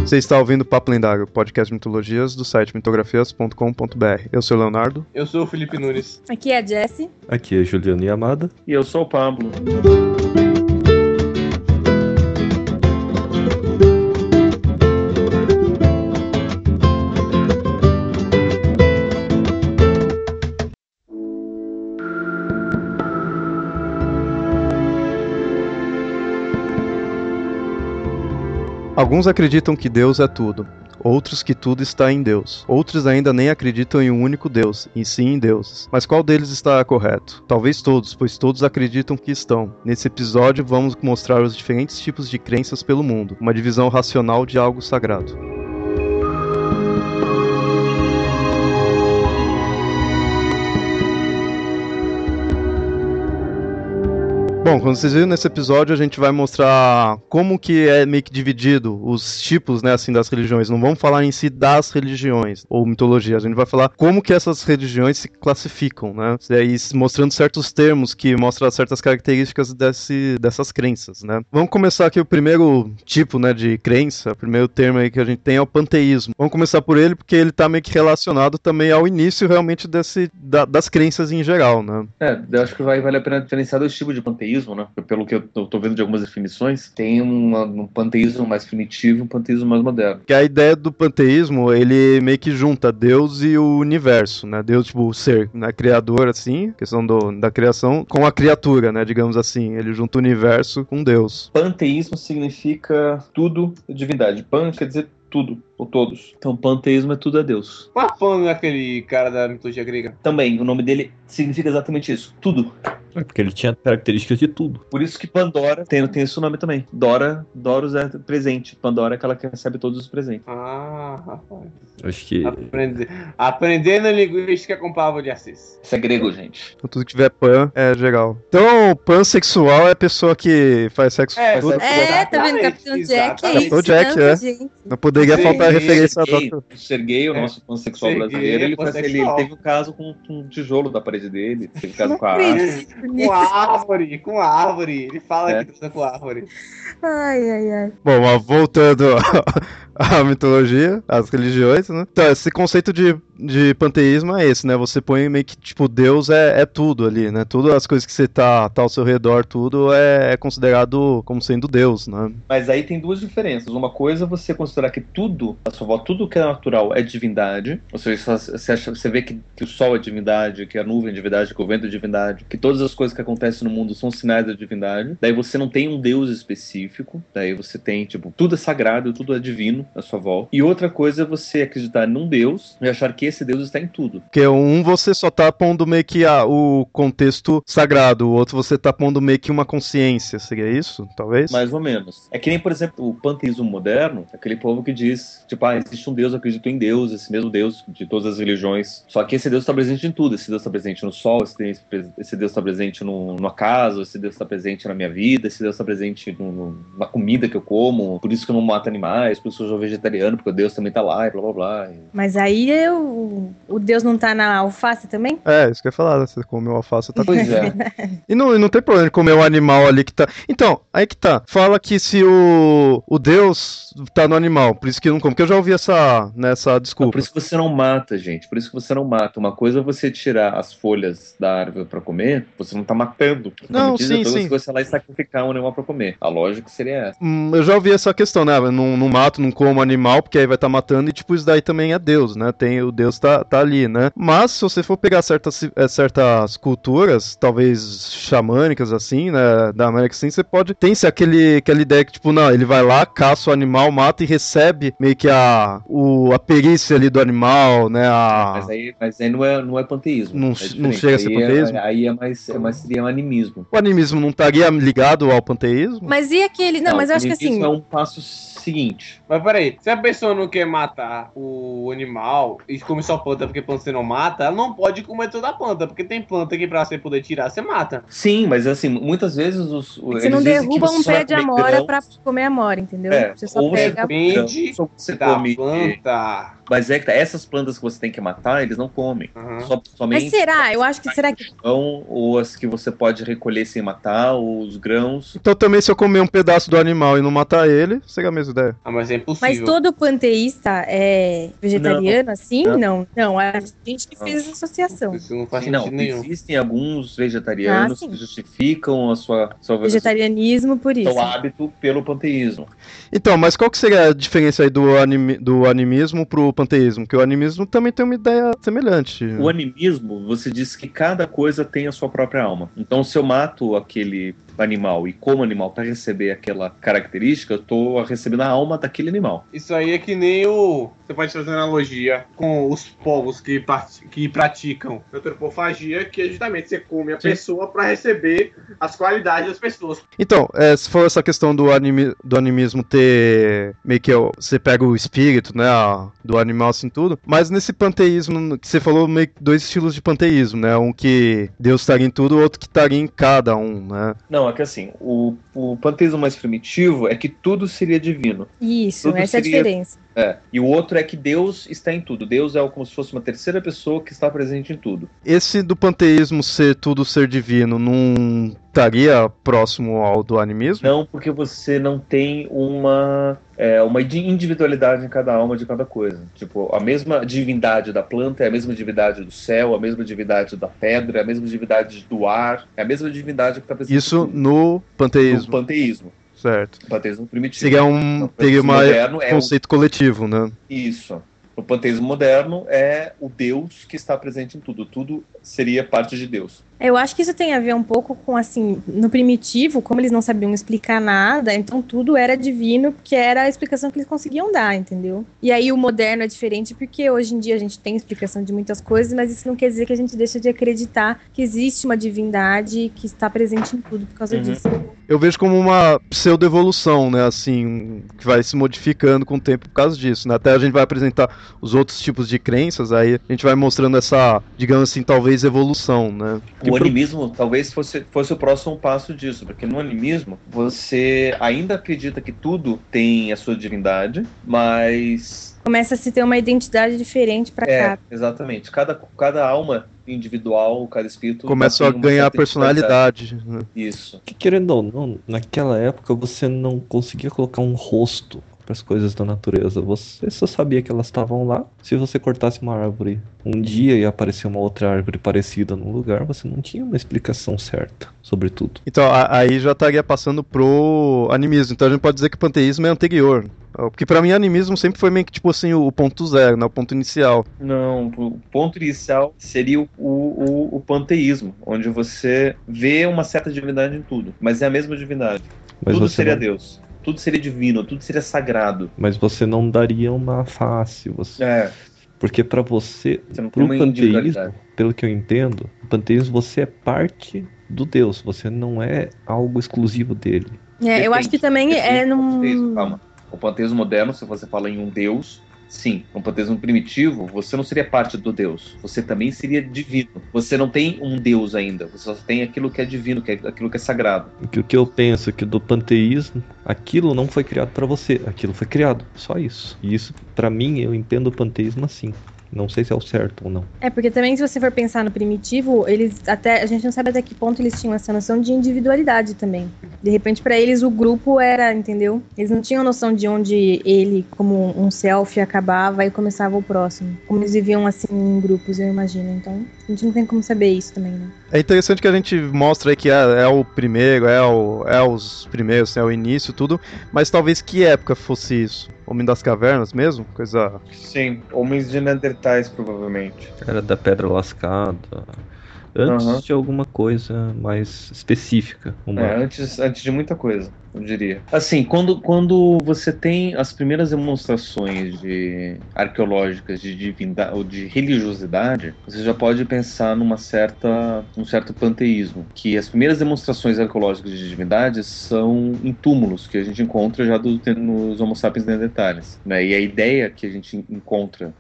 Você está ouvindo Papo Lendário, podcast de mitologias do site mitografias.com.br. Eu sou o Leonardo. Eu sou o Felipe Nunes. Aqui é a Jessie. Aqui é Juliano Yamada. E eu sou o Pablo. Alguns acreditam que Deus é tudo, outros que tudo está em Deus. Outros ainda nem acreditam em um único Deus, e sim em deuses. Mas qual deles está correto? Talvez todos, pois todos acreditam que estão. Nesse episódio vamos mostrar os diferentes tipos de crenças pelo mundo, uma divisão racional de algo sagrado. Bom, como vocês viram nesse episódio, a gente vai mostrar como que é meio que dividido os tipos, né, assim, das religiões. Não vamos falar em si das religiões ou mitologias, a gente vai falar como que essas religiões se classificam, né? E aí mostrando certos termos que mostram certas características dessas crenças, né? Vamos começar aqui o primeiro tipo, né, de crença, o primeiro termo aí que a gente tem é o panteísmo. Vamos começar por ele porque ele tá meio que relacionado também ao início realmente das crenças em geral, né? Eu acho que vale a pena diferenciar dois tipos de panteísmo, né? Pelo que eu tô vendo de algumas definições, tem um panteísmo mais primitivo e um panteísmo mais moderno. Que a ideia do panteísmo, ele meio que junta Deus e o universo, né? Deus, tipo, o ser, né? Criador, assim, questão da criação, com a criatura, né? Digamos assim, ele junta o universo com Deus. Panteísmo significa tudo, divindade. Pan quer dizer tudo, ou todos. Então, panteísmo é tudo a Deus. Mas Pan é aquele cara da mitologia grega? Também, o nome dele significa exatamente isso, tudo. É porque ele tinha características de tudo. Por isso que Pandora tem esse nome também. Doros é presente. Pandora é aquela que recebe todos os presentes. Ah, rapaz. Acho que... Aprendendo linguística com Pablo de Assis. Isso é grego, gente. Então, tudo que tiver pan é geral. Então, pansexual é a pessoa que faz sexo com tudo. Tá vendo? Capitão Jack é isso. O Jack, é. Gente. Não poderia faltar a referência O Serguei, o nosso pansexual brasileiro, ele teve um caso com um tijolo da parede dele, teve um caso com a árvore. Com árvore. Ele fala que transa com árvore. Ai. Bom, mas voltando à mitologia, às religiões, né? Então, esse conceito de panteísmo é esse, né? Você põe meio que, tipo, Deus é tudo ali, né? Todas as coisas que você tá ao seu redor, tudo é considerado como sendo Deus, né? Mas aí tem duas diferenças. Uma coisa é você considerar que tudo, a sua volta, tudo que é natural é divindade. Ou seja, você vê que o sol é divindade, que a nuvem é divindade, que o vento é divindade, que todas as coisas que acontecem no mundo são sinais da divindade. Daí você não tem um Deus específico. Daí você tem, tipo, tudo é sagrado, tudo é divino à sua volta. E outra coisa é você acreditar num Deus e achar que esse Deus está em tudo. Porque você só tá pondo meio que o contexto sagrado, o outro você tá pondo meio que uma consciência, seria isso? Talvez? Mais ou menos. É que nem, por exemplo, o panteísmo moderno, aquele povo que diz, tipo, existe um Deus, eu acredito em Deus, esse mesmo Deus de todas as religiões. Só que esse Deus está presente em tudo. Esse Deus está presente no sol, esse Deus está presente numa casa, esse Deus está presente na minha vida, esse Deus está presente na comida que eu como, por isso que eu não mato animais, por isso que eu sou vegetariano, porque o Deus também tá lá e blá blá blá. Mas aí o Deus não tá na alface também? É, isso que eu ia falar, você comeu alface, tá... Pois é. E não tem problema de comer um animal ali que tá... Então, aí que tá. Fala que se o Deus tá no animal, por isso que não come. Porque eu já ouvi essa desculpa. Por isso que você não mata, gente. Por isso que você não mata. Uma coisa é você tirar as folhas da árvore pra comer, você não tá matando. Não, sim. Se você lá e sacrificar um animal pra comer. A lógica seria essa. Eu já ouvi essa questão, né? Não mato, não como animal, porque aí vai estar matando, e tipo, isso daí também é Deus, né? O Deus tá ali, né? Mas se você for pegar certas culturas, talvez xamânicas, assim, né? Da América, assim, você pode... Tem-se aquela ideia que, tipo, não, ele vai lá, caça o animal, mata e recebe meio que a perícia ali do animal, né? Mas aí não é panteísmo. Não chega a ser panteísmo? Aí seria um animismo. O animismo não estaria ligado ao panteísmo? Mas e aquele... Não, mas eu acho que assim... Isso é um passo seguinte. Mas peraí, se a pessoa não quer matar o animal e come só planta porque planta você não mata, ela não pode comer toda a planta, porque tem planta que pra você poder tirar, você mata. Sim, mas assim, muitas vezes você não derruba um pé de amora pra comer amora, entendeu? Você só pega... Depende da planta Mas é que essas plantas que você tem que matar, eles não comem. Somente Mas será? Eu acho que será que. ou as que você pode recolher sem matar, ou os grãos. Então também se eu comer um pedaço do animal e não matar ele, seria a mesma ideia. Ah, mas é impossível. Mas todo panteísta é vegetariano, assim? Não, a gente que fez essa associação. Isso não faz Não, sentido nenhum. existem alguns vegetarianos que justificam a sua Vegetarianismo por isso. seu hábito pelo panteísmo. Então, mas qual que seria a diferença aí do animismo pro panteísmo? Porque o animismo também tem uma ideia semelhante. O animismo, você diz que cada coisa tem a sua própria alma. Então, se eu mato aquele animal e como animal para receber aquela característica, eu tô recebendo a alma daquele animal. Isso aí é que nem o... Você pode fazer uma analogia com os povos que praticam antropofagia, que é justamente você come a pessoa para receber as qualidades das pessoas. Então, se for essa questão do animismo ter meio que você pega o espírito, né, do animal assim tudo, mas nesse panteísmo que você falou, meio que dois estilos de panteísmo, né, um que Deus estaria em tudo, outro que estaria em cada um, né. Não, é que assim, o panteísmo mais primitivo é que tudo seria divino. Isso, Tudo essa é a diferença. E o outro é que Deus está em tudo. Deus é como se fosse uma terceira pessoa que está presente em tudo. Esse do panteísmo ser tudo ser divino não estaria próximo ao do animismo? Não, porque você não tem uma individualidade em cada alma de cada coisa. Tipo, a mesma divindade da planta é a mesma divindade do céu, a mesma divindade da pedra, a mesma divindade do ar, é a mesma divindade que está presente Isso em tudo. no panteísmo. No panteísmo. Certo. O panteísmo primitivo. Seria um moderno conceito coletivo, né? Isso. O panteísmo moderno é o Deus que está presente em tudo. Tudo seria parte de Deus. Eu acho que isso tem a ver um pouco com, assim, no primitivo, como eles não sabiam explicar nada, então tudo era divino, porque era a explicação que eles conseguiam dar, entendeu? E aí o moderno é diferente, porque hoje em dia a gente tem explicação de muitas coisas, mas isso não quer dizer que a gente deixa de acreditar que existe uma divindade que está presente em tudo por causa disso. Eu vejo como uma pseudo-evolução, né, assim, que vai se modificando com o tempo por causa disso, né? Até a gente vai apresentar os outros tipos de crenças, aí a gente vai mostrando essa, digamos assim, talvez evolução, né? O animismo talvez fosse o próximo passo disso, porque no animismo você ainda acredita que tudo tem a sua divindade, mas... Começa a se ter uma identidade diferente para cada. Exatamente. Cada alma individual, cada espírito... Começa a ganhar personalidade. Né? Isso. Que, querendo ou não, naquela época você não conseguia colocar um rosto para as coisas da natureza. Você só sabia que elas estavam lá. Se você cortasse uma árvore um dia e aparecer uma outra árvore parecida num lugar, você não tinha uma explicação certa sobre tudo. Então, aí já estaria passando pro animismo. Então a gente pode dizer que o panteísmo é anterior. Porque pra mim animismo sempre foi meio que tipo assim, o ponto zero, né? O ponto inicial. Não, o ponto inicial seria o panteísmo, onde você vê uma certa divindade em tudo, mas é a mesma divindade. Mas tudo seria não... Deus. Tudo seria divino, tudo seria sagrado. Mas você não daria uma face. Porque pra você pro panteísmo, pelo que eu entendo, o panteísmo você é parte do Deus, você não é algo exclusivo dele. Eu acho que também é num... Calma. O panteísmo moderno, se você fala em um Deus, sim. O panteísmo primitivo, você não seria parte do Deus. Você também seria divino. Você não tem um Deus ainda. Você só tem aquilo que é divino, aquilo que é sagrado. O que eu penso é que do panteísmo, aquilo não foi criado pra você. Aquilo foi criado. Só isso. E isso, pra mim, eu entendo o panteísmo assim. Não sei se é o certo ou não. Porque também se você for pensar no primitivo, a gente não sabe até que ponto eles tinham essa noção de individualidade também. De repente, pra eles, o grupo era, entendeu? Eles não tinham noção de onde ele, como um self, acabava e começava o próximo. Como eles viviam assim em grupos, eu imagino. Então, a gente não tem como saber isso também, né? É interessante que a gente mostra aí que é o primeiro, é os primeiros, é o início, tudo. Mas talvez que época fosse isso? Homem das Cavernas mesmo? Coisa... Sim, homens de Neandertais, provavelmente. Era da Pedra Lascada. Antes de alguma coisa mais específica. Antes de muita coisa, eu diria. Assim, quando você tem as primeiras demonstrações arqueológicas de divindade ou de religiosidade, você já pode pensar num certo panteísmo. Que as primeiras demonstrações arqueológicas de divindades são em túmulos, que a gente encontra já nos Homo sapiens neandertais, né? E a ideia que a gente encontra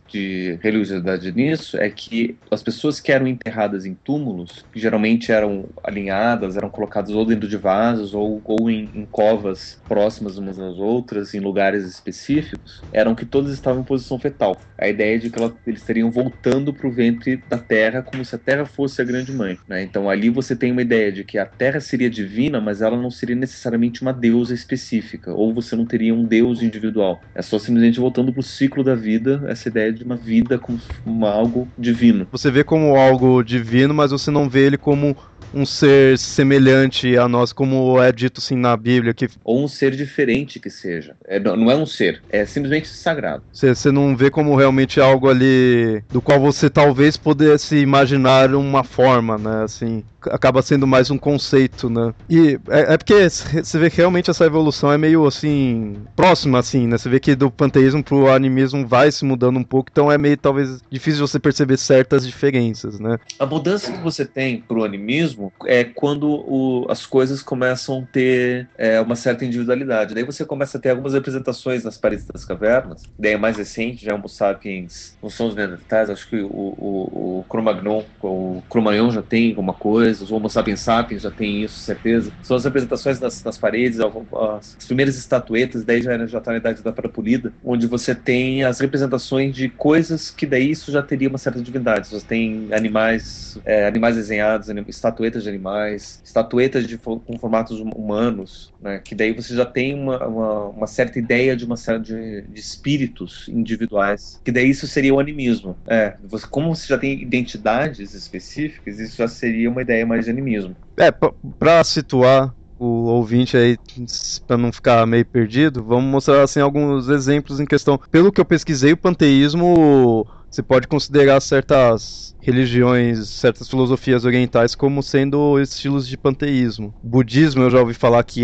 de religiosidade nisso é que as pessoas que eram enterradas em túmulos, que geralmente eram alinhadas, eram colocadas ou dentro de vasos ou em em covas próximas umas às outras, em lugares específicos, eram que todos estavam em posição fetal. A ideia de que eles estariam voltando para o ventre da Terra como se a Terra fosse a grande mãe, né? Então ali você tem uma ideia de que a Terra seria divina, mas ela não seria necessariamente uma deusa específica, ou você não teria um deus individual. É só simplesmente voltando para o ciclo da vida, essa ideia de uma vida como algo divino. Você vê como algo divino, mas você não vê ele como um ser semelhante a nós, como é dito assim na Bíblia. Ou um ser diferente que seja. Não é um ser, é simplesmente sagrado. Você não vê como realmente algo ali do qual você talvez pudesse imaginar uma forma, né? Assim, acaba sendo mais um conceito, né? E é porque você vê que realmente essa evolução é meio assim, próxima, assim, né? Você vê que do panteísmo pro animismo vai se mudando um pouco, então é meio talvez difícil você perceber certas diferenças, né? A mudança que você tem pro animismo é quando as coisas começam a ter uma certa individualidade. Daí você começa a ter algumas representações nas paredes das cavernas. Daí é mais recente, já Homo sapiens, não são os Neandertais, acho que o Cro-Magnon, o Cro-Magnon já tem alguma coisa, os Homo sapiens sapiens já tem isso, certeza. São as representações nas paredes, as primeiras estatuetas, daí já tá na idade da Pedra Polida, onde você tem as representações de coisas que daí isso já teria uma certa divindade. Você tem animais desenhados, estatuetas de animais, estatuetas com formatos humanos, né? Que daí você já tem uma certa ideia de uma série de espíritos individuais, que daí isso seria o animismo. Como você já tem identidades específicas, isso já seria uma ideia mais de animismo. Pra situar o ouvinte aí, para não ficar meio perdido, vamos mostrar assim alguns exemplos em questão. Pelo que eu pesquisei, o panteísmo você pode considerar certas religiões, certas filosofias orientais como sendo estilos de panteísmo. O budismo eu já ouvi falar que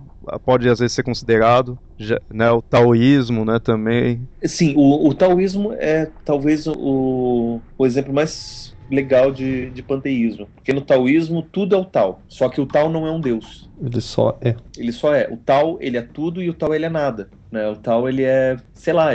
pode às vezes ser considerado, né, o taoísmo, né, também. Sim, o taoísmo é talvez o exemplo mais legal de panteísmo, porque no taoísmo tudo é o Tao, só que o Tao não é um deus. Ele só é. Ele só é. O Tao, ele é tudo e o Tao, ele é nada, né? O Tao, ele é, sei lá,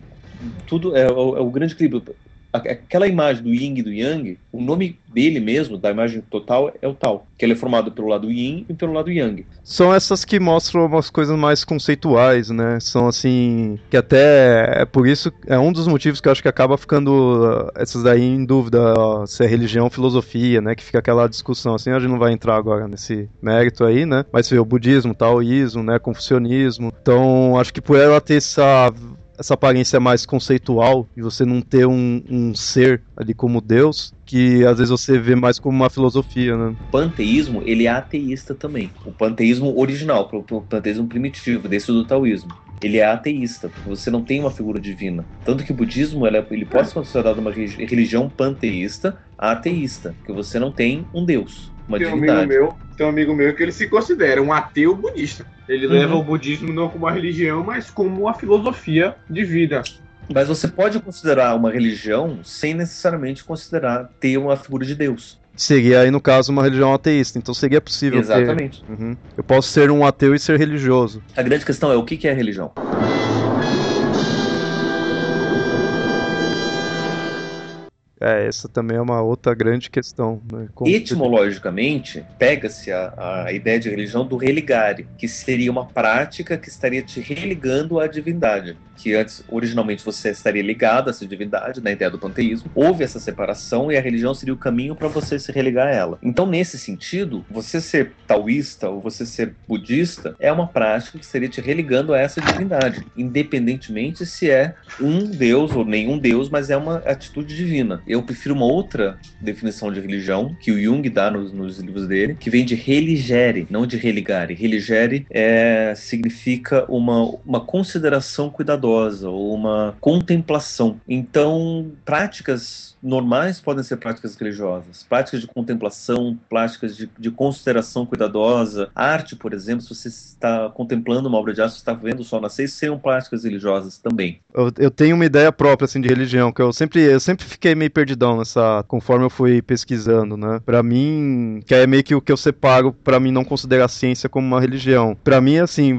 tudo é o grande equilíbrio. Aquela imagem do Yin e do Yang, o nome dele mesmo, da imagem total, é o Tao, que ele é formado pelo lado Yin e pelo lado Yang. São essas que mostram umas coisas mais conceituais, né? São assim, que até é por isso, é um dos motivos que eu acho que acaba ficando essas daí em dúvida, se é religião ou filosofia, né? Que fica aquela discussão, assim, a gente não vai entrar agora nesse mérito aí, né? Mas vê o budismo, o taoísmo, né? Confucionismo. Então, acho que por ela ter essa aparência mais conceitual e você não ter um ser ali como Deus, que às vezes você vê mais como uma filosofia, né? O panteísmo, ele é ateísta também. O panteísmo original, o panteísmo primitivo, desse do taoísmo, ele é ateísta, porque você não tem uma figura divina. Tanto que o budismo, ele pode ser considerado uma religião panteísta, ateísta, porque você não tem um deus, uma divindade. Tem um amigo meu que ele se considera um ateu budista. Ele leva o budismo não como uma religião, mas como uma filosofia de vida. Mas você pode considerar uma religião sem necessariamente ter uma figura de Deus. Seria aí, no caso, uma religião ateísta. Então seria possível. Exatamente. Eu posso ser um ateu e ser religioso. A grande questão é o que é religião? Essa também é uma outra grande questão, né? Etimologicamente, pega-se a ideia de religião do religare, que seria uma prática que estaria te religando à divindade. Que antes, originalmente, você estaria ligado a essa divindade, na ideia do panteísmo. Houve essa separação e a religião seria o caminho para você se religar a ela. Então, nesse sentido, você ser taoísta ou você ser budista é uma prática que estaria te religando a essa divindade, independentemente se é um deus ou nenhum deus, mas é uma atitude divina. Eu prefiro uma outra definição de religião, que o Jung dá nos livros dele, que vem de religere, não de religare. Religere significa uma consideração cuidadosa, ou uma contemplação. Então, práticas normais podem ser práticas religiosas, práticas de contemplação, práticas de consideração cuidadosa. Arte, por exemplo, se você está contemplando uma obra de arte, você está vendo o sol nascer, seriam práticas religiosas também. Eu tenho uma ideia própria assim, de religião, que eu sempre fiquei meio perdido perdidão conforme eu fui pesquisando, né? Pra mim, que é meio que o que eu separo pra mim não considerar a ciência como uma religião. Pra mim, assim,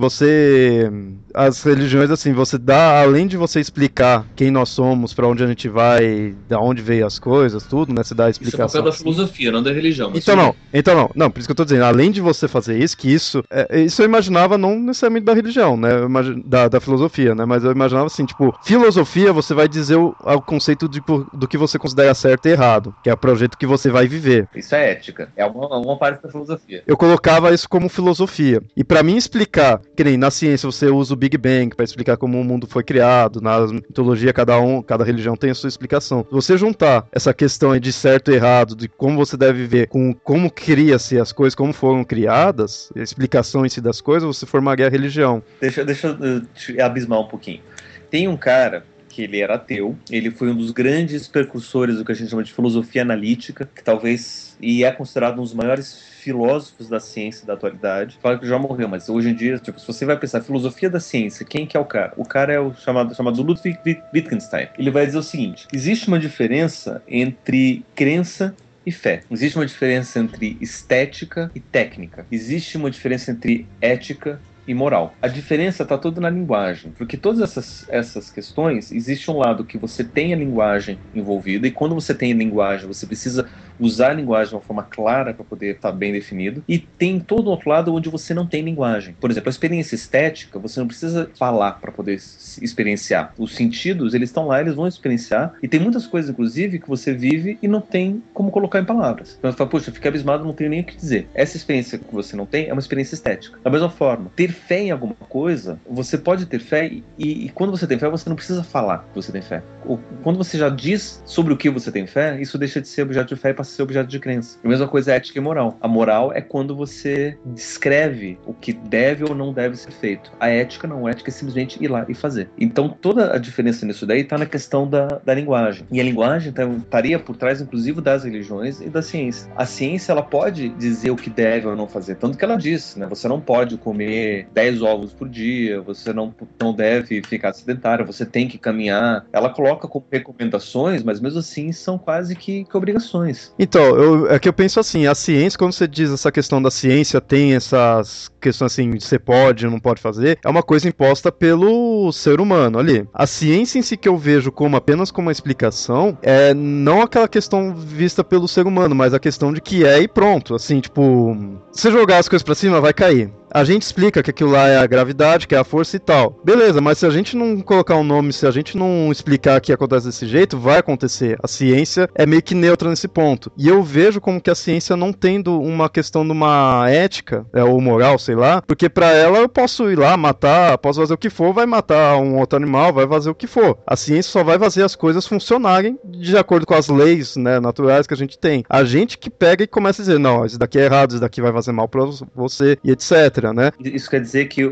as religiões, assim, você dá, além de você explicar quem nós somos, pra onde a gente vai, da onde veio as coisas, tudo, né? Você dá a explicação. Isso é papel da filosofia, não da religião. Então não, por isso que eu tô dizendo, além de você fazer isso, isso eu imaginava não necessariamente da religião, né? Da filosofia, né? Mas eu imaginava assim, tipo, filosofia, você vai dizer o conceito do que você considera certo e errado, que é o projeto que você vai viver. Isso é ética, é uma parte da filosofia. Eu colocava isso como filosofia. E pra mim explicar, que nem na ciência você usa o Big Bang pra explicar como o mundo foi criado, na mitologia cada religião tem a sua explicação. Se você juntar essa questão aí de certo e errado, de como você deve viver, com como cria-se as coisas, como foram criadas, a explicação em si das coisas, você formaria a religião. Deixa eu te abismar um pouquinho. Tem um cara que ele era ateu, ele foi um dos grandes precursores do que a gente chama de filosofia analítica, que talvez, e é considerado um dos maiores filósofos da ciência da atualidade. Fala que já morreu, mas hoje em dia, tipo, se você vai pensar filosofia da ciência, quem que é o cara? O cara é o chamado Ludwig Wittgenstein. Ele vai dizer o seguinte: existe uma diferença entre crença e fé. Existe uma diferença entre estética e técnica. Existe uma diferença entre ética e moral. A diferença está toda na linguagem, porque todas essas questões, existe um lado que você tem a linguagem envolvida, e quando você tem a linguagem, você precisa usar a linguagem de uma forma clara para poder estar bem definido, e tem todo o outro lado onde você não tem linguagem. Por exemplo, a experiência estética, você não precisa falar para poder experienciar. Os sentidos, eles estão lá, eles vão experienciar, e tem muitas coisas, inclusive, que você vive e não tem como colocar em palavras. Então você fala, poxa, eu fiquei abismado, não tenho nem o que dizer. Essa experiência que você não tem é uma experiência estética. Da mesma forma, ter fé em alguma coisa, você pode ter fé e quando você tem fé, você não precisa falar que você tem fé. Quando você já diz sobre o que você tem fé, isso deixa de ser objeto de fé e passa a ser objeto de crença. A mesma coisa é ética e moral. A moral é quando você descreve o que deve ou não deve ser feito. A ética não. A ética é simplesmente ir lá e fazer. Então toda a diferença nisso daí está na questão da linguagem. E a linguagem estaria por trás, inclusive, das religiões e da ciência. A ciência, ela pode dizer o que deve ou não fazer. Tanto que ela diz, né? Você não pode comer 10 ovos por dia, você não deve ficar sedentário, você tem que caminhar. Ela coloca como recomendações, mas mesmo assim são quase que obrigações. Então, é que eu penso assim, a ciência, quando você diz essa questão da ciência, tem essas questões assim, você pode ou não pode fazer, é uma coisa imposta pelo ser humano ali. A ciência em si que eu vejo apenas como uma explicação, é não aquela questão vista pelo ser humano, mas a questão de que é e pronto. Assim, tipo, se jogar as coisas pra cima, vai cair. A gente explica que aquilo lá é a gravidade, que é a força e tal. Beleza, mas se a gente não colocar um nome, se a gente não explicar que acontece desse jeito, vai acontecer. A ciência é meio que neutra nesse ponto. E eu vejo como que a ciência não tendo uma questão de uma ética, ou moral, sei lá, porque pra ela eu posso ir lá, matar, posso fazer o que for, vai matar um outro animal, vai fazer o que for. A ciência só vai fazer as coisas funcionarem de acordo com as leis, né, naturais que a gente tem. A gente que pega e começa a dizer, não, isso daqui é errado, isso daqui vai fazer mal pra você, e etc. Né? Isso quer dizer que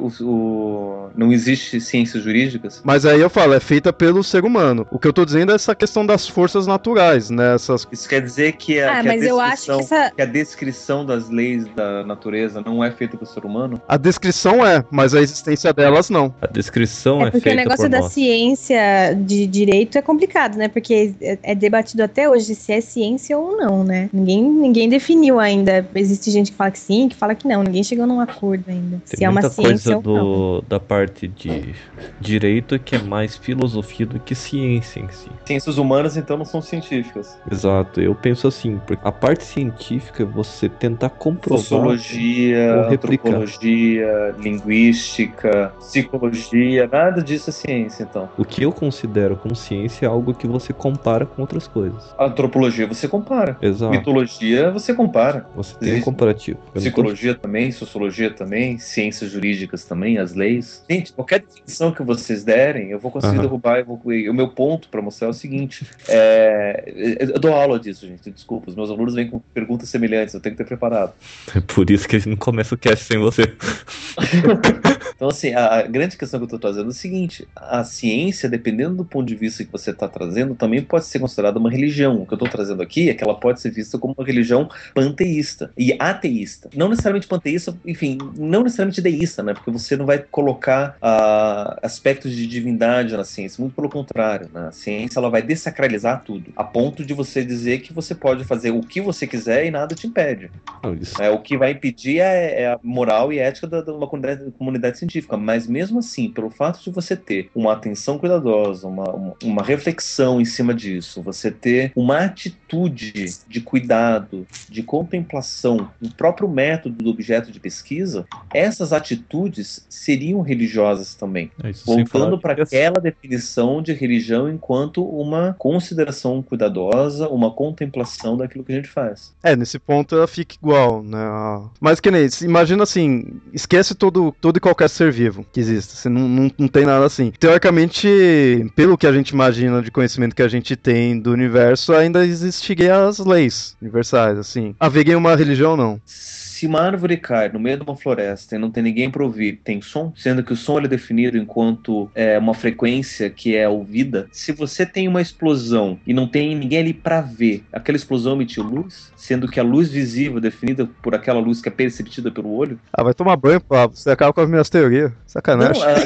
não existe ciências jurídicas? Mas aí eu falo, é feita pelo ser humano. O que eu tô dizendo é essa questão das forças naturais, né? Isso quer dizer que a descrição das leis da natureza não é feita pelo ser humano? A descrição mas a existência delas não. A descrição é feita por nós. Porque o negócio da ciência de direito é complicado, né? Porque é debatido até hoje se é ciência ou não, né? Ninguém definiu ainda. Existe gente que fala que sim, que fala que não. Ninguém chegou num acordo ainda. Tem se é uma ciência coisa ou não. Da parte de direito que é mais filosofia do que ciência em si. Ciências humanas, então, não são científicas. Exato, eu penso assim, porque a parte científica é você tentar comprovar. Sociologia, antropologia, linguística, psicologia, nada disso é ciência, então. O que eu considero como ciência é algo que você compara com outras coisas. A antropologia você compara. Exato. Mitologia você compara. Você tem um comparativo. Psicologia também, sociologia também, ciências jurídicas também, as leis. Gente, qualquer definição que vocês derem, eu vou conseguir derrubar. O meu ponto para mostrar é o seguinte: eu dou aula disso, gente. Desculpa, os meus alunos vêm com perguntas semelhantes, eu tenho que ter preparado. É por isso que a gente não começa o cast sem você. Então, assim, a grande questão que eu estou trazendo é o seguinte: a ciência, dependendo do ponto de vista que você está trazendo, também pode ser considerada uma religião. O que eu estou trazendo aqui é que ela pode ser vista como uma religião panteísta e ateísta. Não necessariamente panteísta, enfim, não necessariamente deísta, né? Porque você não vai colocar aspectos de divindade na ciência, muito pelo contrário, né? A ciência ela vai desacralizar tudo, a ponto de você dizer que você pode fazer o que você quiser e nada te impede. O que vai impedir é a moral e ética de uma comunidade científica, mas mesmo assim, pelo fato de você ter uma atenção cuidadosa, uma reflexão em cima disso, você ter uma atitude de cuidado, de contemplação no próprio método do objeto de pesquisa, essas atitudes seriam religiosas também. Voltando para aquela definição de religião enquanto uma consideração cuidadosa, uma contemplação daquilo que a gente faz. Nesse ponto ela fica igual, né? Mas que nem, imagina assim, esquece todo e qualquer ser vivo que exista, você não tem nada assim. Teoricamente, pelo que a gente imagina de conhecimento que a gente tem do universo, ainda existiriam as leis universais, assim. Haveria uma religião, não? Se uma árvore cai no meio de uma floresta e não tem ninguém para ouvir, tem som, sendo que o som ele é definido enquanto uma frequência que é ouvida. Se você tem uma explosão e não tem ninguém ali para ver, aquela explosão emitiu luz, sendo que a luz visível é definida por aquela luz que é perceptida pelo olho. Vai tomar banho, Pablo. Você acaba com as minhas teorias. Sacanagem. Não, a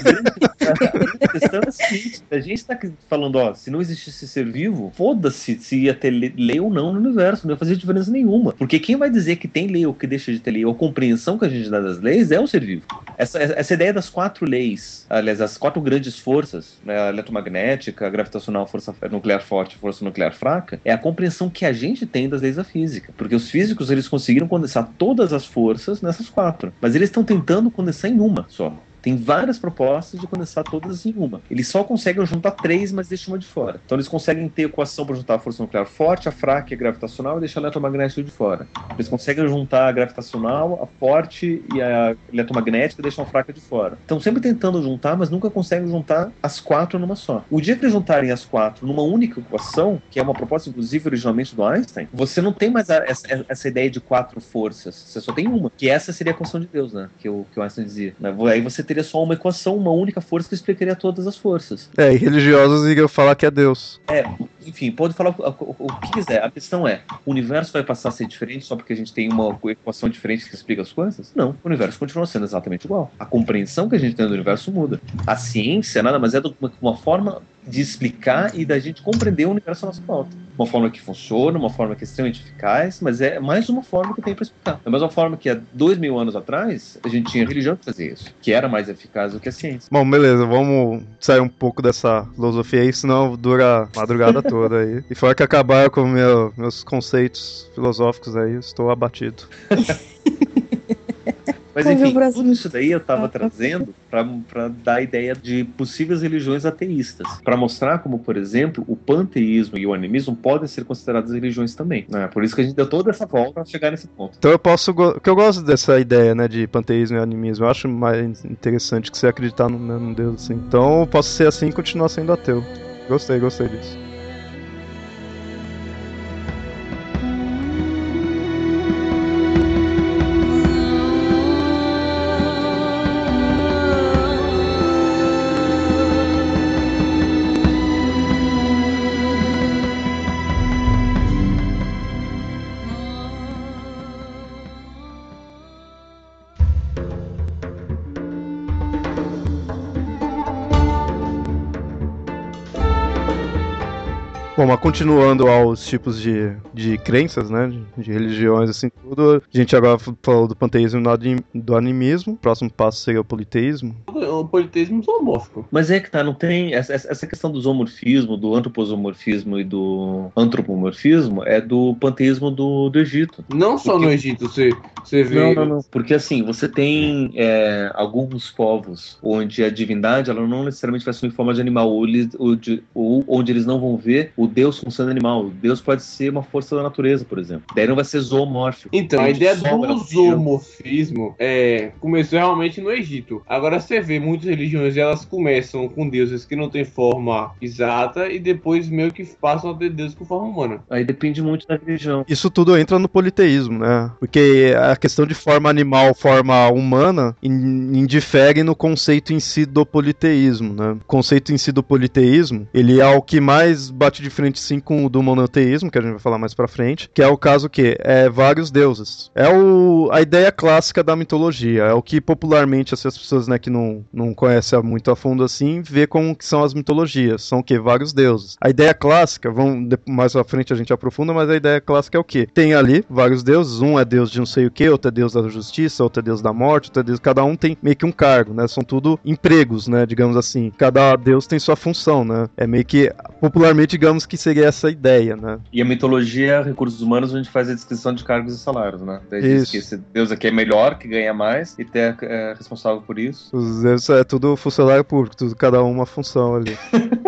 grande questão é a seguinte: a gente está falando, se não existisse ser vivo, foda-se se ia ter lei ou não no universo, não ia fazer diferença nenhuma. Porque quem vai dizer que tem lei ou que deixa de ter lei, ou a compreensão que a gente dá das leis é o ser vivo. Essa ideia das 4 leis, aliás, as 4 grandes forças, né, a eletromagnética, a gravitacional, força nuclear forte, força nuclear fraca, é a compreensão que a gente tem das leis da física. Porque os físicos, eles conseguiram condensar todas as forças nessas 4, mas eles estão tentando condensar em uma só. Tem várias propostas de condensar todas em uma. Eles só conseguem juntar 3, mas deixam uma de fora. Então eles conseguem ter equação para juntar a força nuclear forte, a fraca e a gravitacional e deixar a eletromagnética de fora. Eles conseguem juntar a gravitacional, a forte e a eletromagnética e deixam a fraca de fora. Estão sempre tentando juntar, mas nunca conseguem juntar as 4 numa só. O dia que eles juntarem as 4 numa única equação, que é uma proposta inclusive originalmente do Einstein, você não tem mais essa ideia de 4 forças. Você só tem uma, que essa seria a equação de Deus, né? Que o Einstein dizia. Aí você teria só uma equação, uma única força que explicaria todas as forças. E religiosos iriam falar que é Deus. Enfim, pode falar o que quiser. A questão é, o universo vai passar a ser diferente só porque a gente tem uma equação diferente que explica as coisas? Não, o universo continua sendo exatamente igual. A compreensão que a gente tem do universo muda. A ciência nada mais é do que uma forma de explicar e da gente compreender o universo à nossa volta. Uma forma que funciona, uma forma que é extremamente eficaz, mas é mais uma forma que tem para explicar. Da mesma forma que há 2000 anos atrás, a gente tinha religião que fazia isso, que era mais eficaz do que a ciência. Bom, beleza, vamos sair um pouco dessa filosofia aí, senão dura a madrugada toda aí. E fora que acabar com meus conceitos filosóficos aí, estou abatido. Mas enfim, tudo isso daí eu estava trazendo para dar a ideia de possíveis religiões ateístas. Para mostrar como, por exemplo, o panteísmo e o animismo podem ser consideradas religiões também. Por isso que a gente deu toda essa volta para chegar nesse ponto. Então eu gosto dessa ideia, né, de panteísmo e animismo. Eu acho mais interessante que você acreditar no mesmo Deus, assim. Então eu posso ser assim e continuar sendo ateu. Gostei disso. Bom, mas continuando aos tipos de crenças, né, de religiões, assim, tudo, a gente agora falou do panteísmo e do animismo, o próximo passo seria o politeísmo. O politeísmo zoomórfico. Mas é que não tem, essa questão do zoomorfismo, do antroposomorfismo e do antropomorfismo é do panteísmo do Egito. Não só no Egito, você vê... Não, porque assim, você tem alguns povos onde a divindade, ela não necessariamente vai assumir forma de animal, ou onde eles não vão ver o o Deus com sangue animal. O Deus pode ser uma força da natureza, por exemplo. Daí não vai ser zoomórfico. Então, a ideia do Sol, zoomorfismo começou realmente no Egito. Agora você vê muitas religiões, elas começam com deuses que não têm forma exata e depois meio que passam a ter deuses com forma humana. Aí depende muito da religião. Isso tudo entra no politeísmo, né? Porque a questão de forma animal, forma humana, indifere no conceito em si do politeísmo, né? O conceito em si do politeísmo, ele é o que mais bate de frente, sim, com o do monoteísmo, que a gente vai falar mais pra frente, que é o caso que é vários deuses. É a ideia clássica da mitologia, é o que popularmente as pessoas, né, que não conhecem muito a fundo assim, vê como que são as mitologias, são o quê? Vários deuses. A ideia clássica, mais à frente a gente aprofunda, mas a ideia clássica é o quê? Tem ali vários deuses, um é deus de não sei o quê, outro é deus da justiça, outro é deus da morte, outro é deus... Cada um tem meio que um cargo, né? São tudo empregos, né? Digamos assim. Cada deus tem sua função, né? É meio que, popularmente, digamos que seria essa ideia, né? E a mitologia, recursos humanos, a gente faz a descrição de cargos e salários, né? Daí diz que esse deus aqui é melhor, que ganha mais, e é responsável por isso. Os deuses é tudo funcionário público, tudo, cada um uma função ali.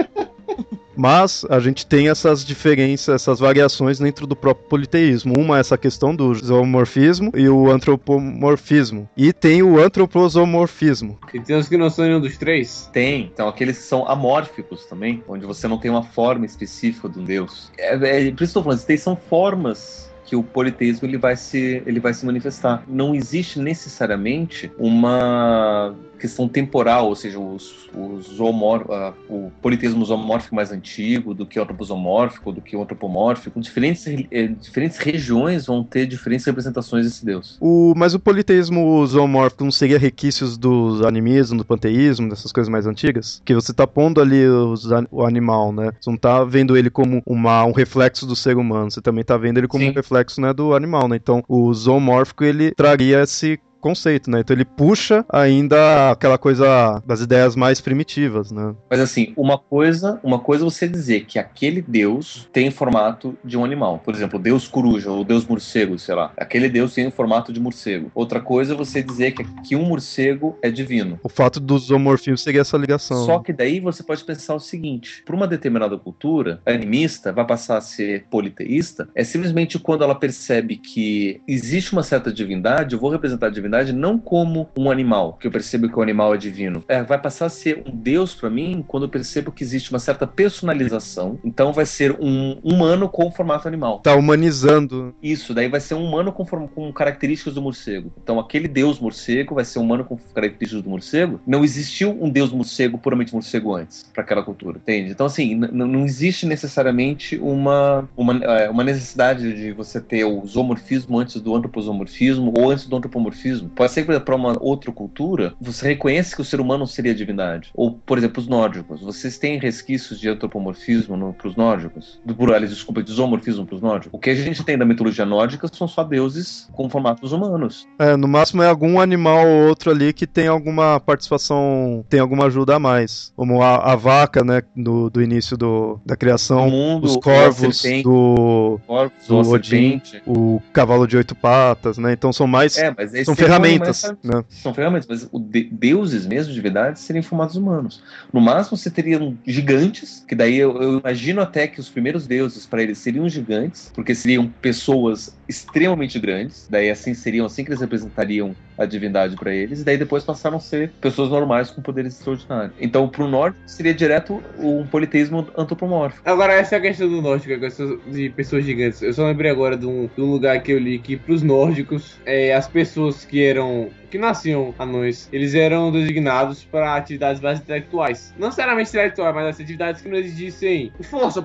Mas a gente tem essas diferenças, essas variações dentro do próprio politeísmo. Uma é essa questão do zoomorfismo e o antropomorfismo. E tem o antroposomorfismo. E tem os que não são nenhum dos três? Tem. Então aqueles que são amórficos também, onde você não tem uma forma específica de um deus. Por isso que eu estou falando, são formas que o politeísmo ele vai se manifestar. Não existe necessariamente uma questão temporal, ou seja, o politeísmo zoomórfico mais antigo do que o antroposomórfico, do que o antropomórfico. Diferentes regiões vão ter diferentes representações desse deus. Mas o politeísmo zoomórfico não seria requisitos do animismo, do panteísmo, dessas coisas mais antigas? Que você tá pondo ali o animal, né? Você não tá vendo ele como um reflexo do ser humano, você também tá vendo ele como um reflexo, né, do animal, né? Então, o zoomórfico, ele traria esse conceito, né? Então ele puxa ainda aquela coisa das ideias mais primitivas, né? Mas assim, uma coisa você dizer que aquele deus tem formato de um animal. Por exemplo, o deus coruja ou o deus morcego, sei lá. Aquele deus tem o formato de morcego. Outra coisa é você dizer que um morcego é divino. O fato do zoomorfismo seria essa ligação. Só que daí você pode pensar o seguinte: para uma determinada cultura, animista vai passar a ser politeísta, é simplesmente quando ela percebe que existe uma certa divindade, eu vou representar a divindade não como um animal, que eu percebo que o animal é divino. Vai passar a ser um deus para mim quando eu percebo que existe uma certa personalização. Então vai ser um humano com formato animal. Tá humanizando. Isso, daí vai ser um humano com características do morcego. Então aquele deus morcego vai ser um humano com características do morcego. Não existiu um deus morcego, puramente morcego antes, para aquela cultura, entende? Então assim, não existe necessariamente uma necessidade de você ter o zoomorfismo antes do antroposomorfismo ou antes do antropomorfismo. Pode ser que para uma outra cultura você reconhece que o ser humano seria divindade. Ou, por exemplo, os nórdicos. Vocês têm resquícios de antropomorfismo para os nórdicos? De zoomorfismo para os nórdicos? O que a gente tem da mitologia nórdica são só deuses com formatos humanos. No máximo é algum animal ou outro ali que tem alguma participação, tem alguma ajuda a mais. Como a vaca, né, do início da criação, os corvos do Odin, o cavalo de 8 patas, né? Então são mais... são ferramentas, né? São ferramentas, mas deuses mesmo, divindades, seriam formatos humanos. No máximo, você teria gigantes, que daí eu imagino até que os primeiros deuses para eles seriam gigantes, porque seriam pessoas extremamente grandes, daí assim que eles representariam a divindade para eles, e daí depois passaram a ser pessoas normais com poderes extraordinários. Então, pro norte, seria direto um politeísmo antropomórfico. Agora, essa é a questão do nórdico, a questão de pessoas gigantes. Eu só lembrei agora de um lugar que eu li que pros nórdicos, as pessoas que nasciam anões, eles eram designados para atividades mais intelectuais. Não necessariamente intelectuais, mas atividades que não exigissem força,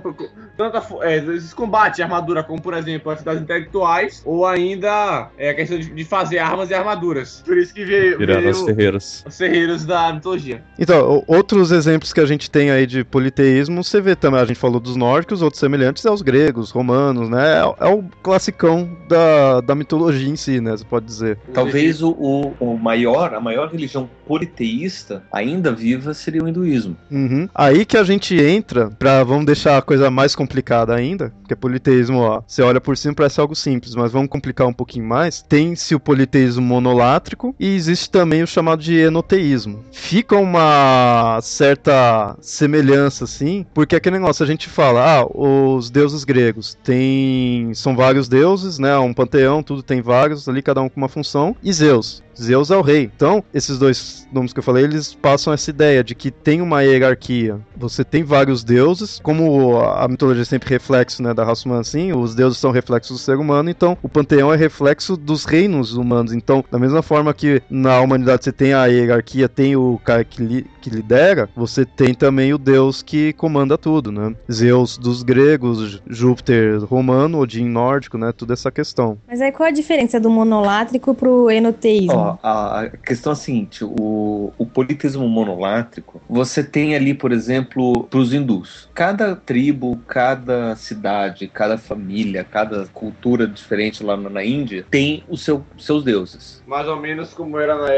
esse combate, armadura, como por exemplo, atividades intelectuais, ou ainda a questão de fazer armas e armaduras. Por isso que veio os ferreiros. Os ferreiros da mitologia. Então, outros exemplos que a gente tem aí de politeísmo, você vê também, a gente falou dos nórdicos, outros semelhantes os gregos, romanos, né? É o classicão da mitologia em si, né? Você pode dizer. Talvez o a maior religião politeísta ainda viva seria o hinduísmo. Uhum. Aí que a gente entra vamos deixar a coisa mais complicada ainda, porque politeísmo, ó, você olha por cima parece algo simples, mas vamos complicar um pouquinho mais. Tem-se o politeísmo monolátrico e existe também o chamado de enoteísmo. Fica uma certa semelhança, assim, porque aquele negócio, a gente fala, os deuses gregos são vários deuses, né, um panteão, tudo tem vários ali, cada um com uma função, e Zeus é o rei. Então, esses dois nomes que eu falei, eles passam essa ideia de que tem uma hierarquia. Você tem vários deuses, como a mitologia é sempre reflexo, né, da raça humana, assim, os deuses são reflexos do ser humano, então o panteão é reflexo dos reinos humanos. Então, da mesma forma que na humanidade você tem a hierarquia, tem o cara que lidera, você tem também o deus que comanda tudo, né? Zeus dos gregos, Júpiter romano, Odin nórdico, né? Tudo essa questão. Mas aí qual a diferença do monolátrico pro enoteísmo? A questão é a seguinte, o politeísmo monolátrico, você tem ali, por exemplo, para os hindus, cada tribo, cada cidade, cada família, cada cultura diferente lá na Índia tem seus deuses. Mais ou menos como era na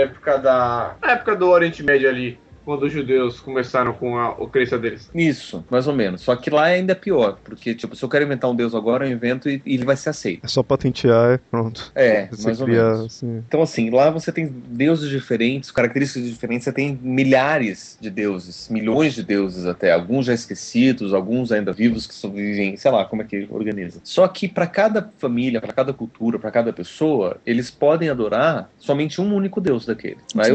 época do Oriente Médio ali, quando os judeus começaram com a crença deles. Isso, mais ou menos. Só que lá ainda é pior, porque, tipo, se eu quero inventar um deus agora, eu invento e ele vai ser aceito. É só patentear e pronto. Você mais ou menos. Assim. Então, assim, lá você tem deuses diferentes, características diferentes, você tem milhares de deuses, milhões de deuses até, alguns já esquecidos, alguns ainda vivos que sobrevivem, sei lá, como é que organiza. Só que para cada família, para cada cultura, para cada pessoa, eles podem adorar somente um único deus daquele. Aí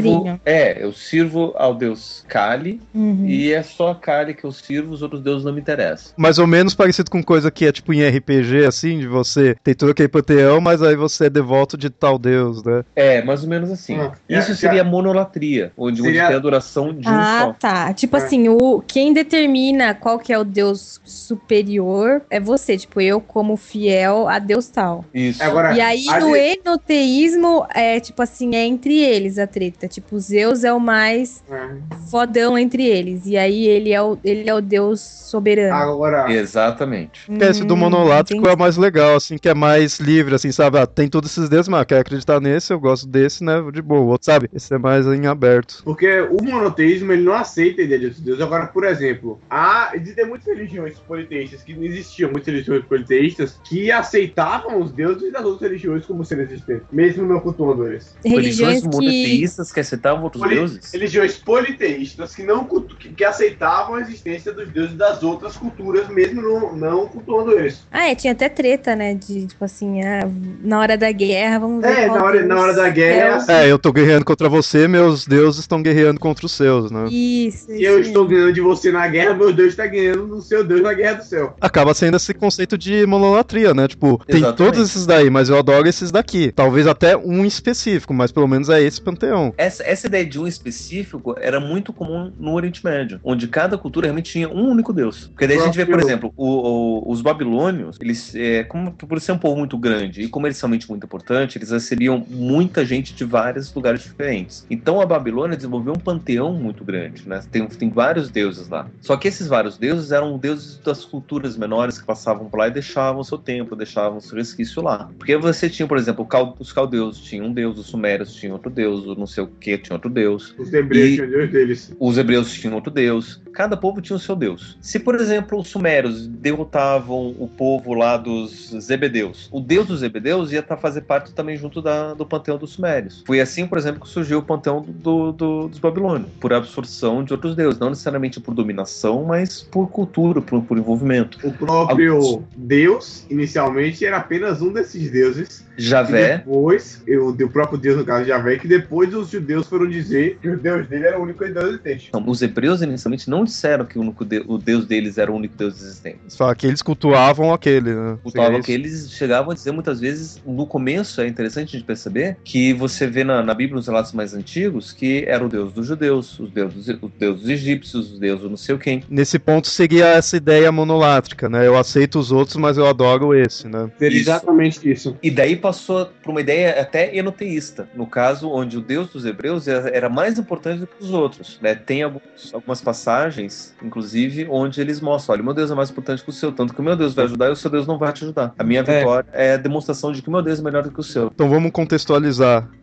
eu sirvo ao deus Kali, e é só Kali que eu sirvo, os outros deuses não me interessam. Mais ou menos parecido com coisa que é tipo em RPG, assim, de você tem todo aquele panteão, mas aí você é devoto de tal deus, né? É, mais ou menos assim. Isso seria monolatria, onde tem adoração de um só. Ah, tá. Tipo assim, quem determina qual que é o deus superior é você, tipo, eu como fiel a deus tal. Isso. Agora, e aí no enoteísmo, tipo assim, é entre eles a treta. Tipo, Zeus é o mais fodão entre eles. E aí ele é o deus soberano. Agora... Exatamente. Esse do monolátrico é mais legal, assim, que é mais livre, assim, sabe? Tem todos esses deuses, mas quero acreditar nesse, eu gosto desse, né? De boa. O outro, sabe? Esse é mais em aberto. Porque o monoteísmo, ele não aceita a ideia de outros deuses. Agora, por exemplo, existem muitas religiões politeístas que não existiam, muitas religiões politeístas que aceitavam os deuses das outras religiões como sendo existentes, mesmo não cultuando eles. Religiões monoteístas que aceitavam outros deuses? Religiões politeístas que aceitavam a existência dos deuses das outras culturas, mesmo não cultuando eles. Tinha até treta, né? De, tipo assim, na hora da guerra, vamos ver. Na hora da guerra. Eu tô guerreando contra você, meus deuses estão guerreando contra os seus, né? Isso. Se eu estou ganhando de você na guerra, meu Deus está ganhando do seu Deus na guerra do céu. Acaba sendo esse conceito de monolatria, né? Tipo, tem todos esses daí, mas eu adoro esses daqui. Talvez até um específico, mas pelo menos é esse panteão. Essa ideia de um específico era muito comum no Oriente Médio, onde cada cultura realmente tinha um único deus. Porque daí a gente vê, por exemplo, os babilônios, eles, como por ser um povo muito grande e comercialmente muito importante, eles recebiam muita gente de vários lugares diferentes. Então a Babilônia desenvolveu um panteão muito grande, né? Tem vários deuses lá. Só que esses vários deuses eram deuses das culturas menores que passavam por lá e deixavam seu templo, deixavam seu resquício lá. Porque você tinha, por exemplo, os caldeus tinham um deus, os sumérios tinham outro deus, o não sei o que tinha outro deus. Os hebreus tinham deus deles. Os hebreus tinham outro deus. Cada povo tinha o seu deus. Se, por exemplo, os sumérios derrotavam o povo lá dos zebedeus, o deus dos zebedeus ia fazer parte também junto do panteão dos sumérios. Foi assim, por exemplo, que surgiu o panteão dos babilônios, por absorção de outros deuses, não necessariamente por dominação, mas por cultura, por envolvimento. O próprio Deus, inicialmente, era apenas um desses deuses. Javé. Depois, o próprio Deus, no caso Javé, que depois os judeus foram dizer que o Deus dele era o único Deus existente. Então, os hebreus inicialmente não disseram que o Deus deles era o único Deus existente. Só que eles cultuavam aquele, né? Cultuavam aquele, eles chegavam a dizer muitas vezes, no começo, é interessante a gente perceber, que você vê na Bíblia, nos relatos mais antigos, que era o Deus dos judeus, os deuses dos egípcios, os deuses não sei o quem. Nesse ponto seguia essa ideia monolátrica, né? Eu aceito os outros, mas eu adoro esse, né? Exatamente isso. E daí passou para uma ideia até enoteísta, no caso, onde o Deus dos hebreus era mais importante do que os outros, né? Tem algumas passagens, inclusive, onde eles mostram, olha, o meu Deus é mais importante que o seu, tanto que o meu Deus vai ajudar e o seu Deus não vai te ajudar. A minha vitória é a demonstração de que o meu Deus é melhor do que o seu. Então vamos contextualizar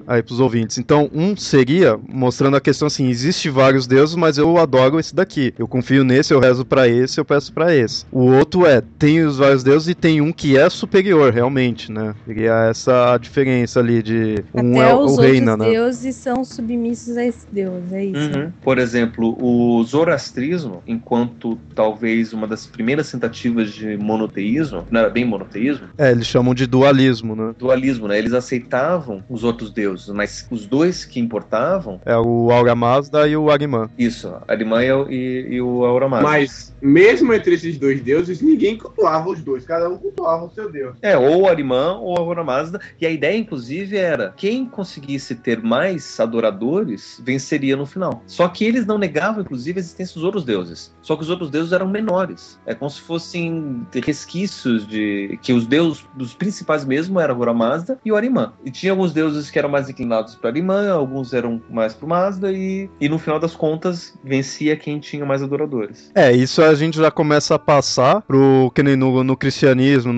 aí pros ouvintes. Então, um seria mostrando a questão assim, existe vários deuses, mas eu adoro esse daqui. Eu confio nesse, eu rezo pra esse, eu peço pra esse. O outro tem os vários deuses e tem um que é superior, realmente, né? Seria essa a diferença ali de um Até é os o reina, outros né? deuses são submissos a esse deus, é isso. Uhum. Por exemplo, o zoroastrismo, enquanto talvez uma das primeiras tentativas de monoteísmo, não era bem monoteísmo? Eles chamam de dualismo, né? Dualismo, né? Eles aceitavam os outros deuses, mas os dois que importavam... É o Aura Mazda e o Agman. Isso, a Arimã e o Aura Mazda. Mas, mesmo entre esses dois deuses, ninguém cultuava os dois. Cada um cultuava o seu deus. Ou o Arimã ou a Aura Mazda. E a ideia, inclusive, era quem conseguisse ter mais adoradores venceria no final. Só que eles não negavam, inclusive, a existência dos outros deuses. Só que os outros deuses eram menores. É como se fossem resquícios de... que os deuses dos principais mesmo eram a Aura Mazda e o Arimã. E tinha alguns deuses que eram mais inclinados para Arimã, alguns eram mais para o Mazda, e no final das contas vencia quem tinha mais adoradores. Isso a gente já começa a passar pro que nem no cristianismo,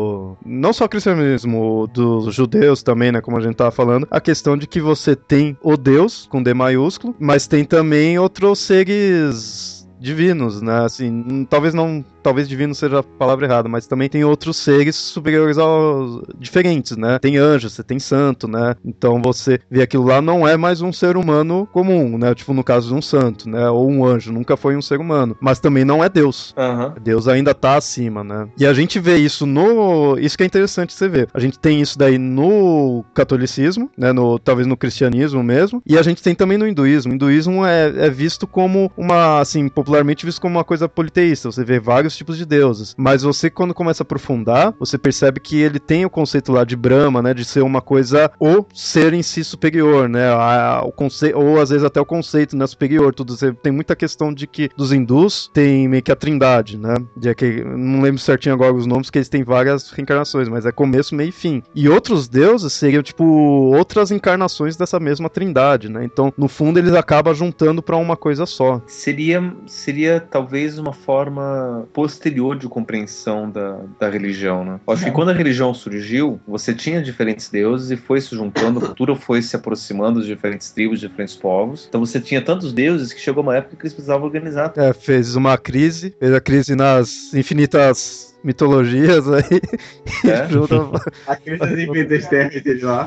não só cristianismo, dos judeus também, né, como a gente tava falando, a questão de que você tem o Deus, com D maiúsculo, mas tem também outros seres divinos, né, assim, talvez divino seja a palavra errada, mas também tem outros seres superiores diferentes, né? Tem anjo, você tem santo, né? Então você vê aquilo lá não é mais um ser humano comum, né? Tipo no caso de um santo, né? Ou um anjo, nunca foi um ser humano. Mas também não é Deus. Uhum. Deus ainda tá acima, né? E a gente vê isso isso que é interessante você ver. A gente tem isso daí no catolicismo, né? Talvez no cristianismo mesmo. E a gente tem também no hinduísmo. O hinduísmo é visto como popularmente visto como uma coisa politeísta. Você vê vários tipos de deuses, mas você quando começa a aprofundar, você percebe que ele tem o conceito lá de Brahma, né, de ser uma coisa, o ser em si superior, né, o conceito, ou às vezes até o conceito, né, superior, tudo. Você tem muita questão de que dos hindus tem meio que a trindade, né, não lembro certinho agora os nomes, que eles têm várias reencarnações, mas é começo, meio e fim. E outros deuses seriam, tipo, outras encarnações dessa mesma trindade, né, então, no fundo, eles acabam juntando pra uma coisa só. Seria talvez uma forma posterior de compreensão da religião, né? Acho que quando a religião surgiu, você tinha diferentes deuses e foi se juntando, a cultura foi se aproximando de diferentes tribos, de diferentes povos. Então você tinha tantos deuses que chegou uma época que eles precisavam organizar. Fez a crise nas infinitas mitologias aí. A crise das infinitas terras deles lá.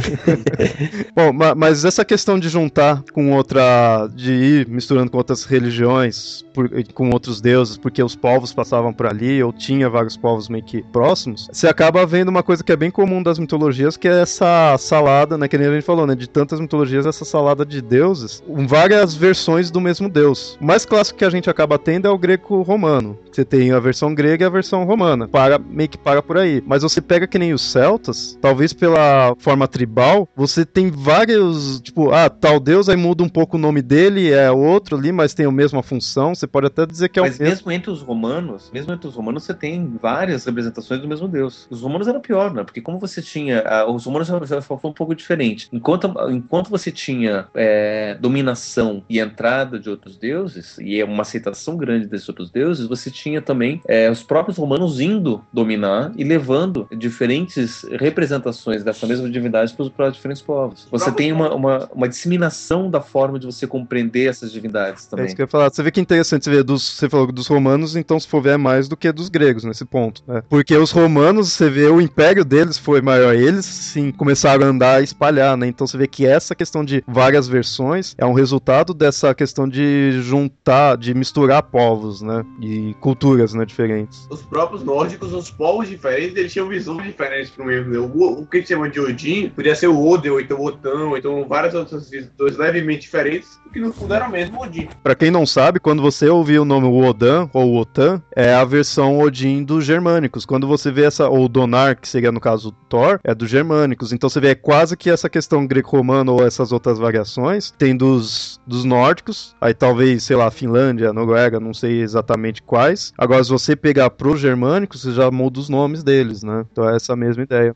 Bom, mas essa questão de juntar com de ir misturando com outras religiões, com outros deuses, porque os povos passavam por ali, ou tinha vários povos meio que próximos, você acaba vendo uma coisa que é bem comum das mitologias, que é essa salada, né, que nem a gente falou, né, de tantas mitologias, essa salada de deuses, com várias versões do mesmo deus. O mais clássico que a gente acaba tendo é o greco-romano. Você tem a versão grega e a versão romana. Meio que para por aí. Mas você pega que nem os celtas, talvez pela forma tribal, você tem vários, tipo, tal deus, aí muda um pouco o nome dele, é outro ali, mas tem a mesma função, você pode até dizer que é o mesmo. Mas mesmo entre os romanos, você tem várias representações do mesmo deus. Os romanos eram pior, né? Porque como você tinha, os romanos já foi um pouco diferente. Enquanto você tinha dominação e entrada de outros deuses, e uma aceitação grande desses outros deuses, você tinha também os próprios romanos indo dominar e levando diferentes representações dessa mesma divindade para diferentes povos. Você tem uma disseminação da forma de você compreender essas divindades também. É isso que eu ia falar. Você vê que interessante, você falou dos romanos, então se for ver é mais do que dos gregos nesse ponto, né? Porque os romanos, você vê, o império deles foi maior, eles sim começaram a andar e espalhar, né? Então você vê que essa questão de várias versões é um resultado dessa questão de juntar, de misturar povos, né? E culturas, né, diferentes. Os próprios nórdicos, os povos diferentes, eles tinham visões diferentes pro mesmo deus. O que a gente chama de Odin podia ser o Ode, ou então o Otã, ou então várias outras visões levemente diferentes, que no fundo era o mesmo Odin. Pra quem não sabe, quando você ouvir o nome Wodan ou Wotan, é a versão Odin dos germânicos. Quando você vê ou Donar, que seria no caso Thor, é dos germânicos. Então você vê quase que essa questão greco-romana ou essas outras variações tem dos nórdicos, aí talvez, sei lá, Finlândia, Noruega, não sei exatamente quais. Agora, se você pegar pros germânicos, você já muda os nomes deles, né? Então é essa mesma ideia.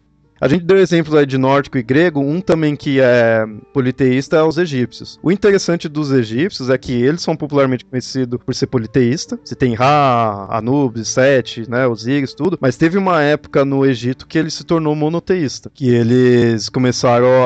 A gente deu exemplos aí de nórdico e grego, um também que é politeísta é os egípcios. O interessante dos egípcios é que eles são popularmente conhecidos por ser politeísta. Você tem Ra, Anubis, Sete, né, Osíris, tudo. Mas teve uma época no Egito que ele se tornou monoteísta, que eles começaram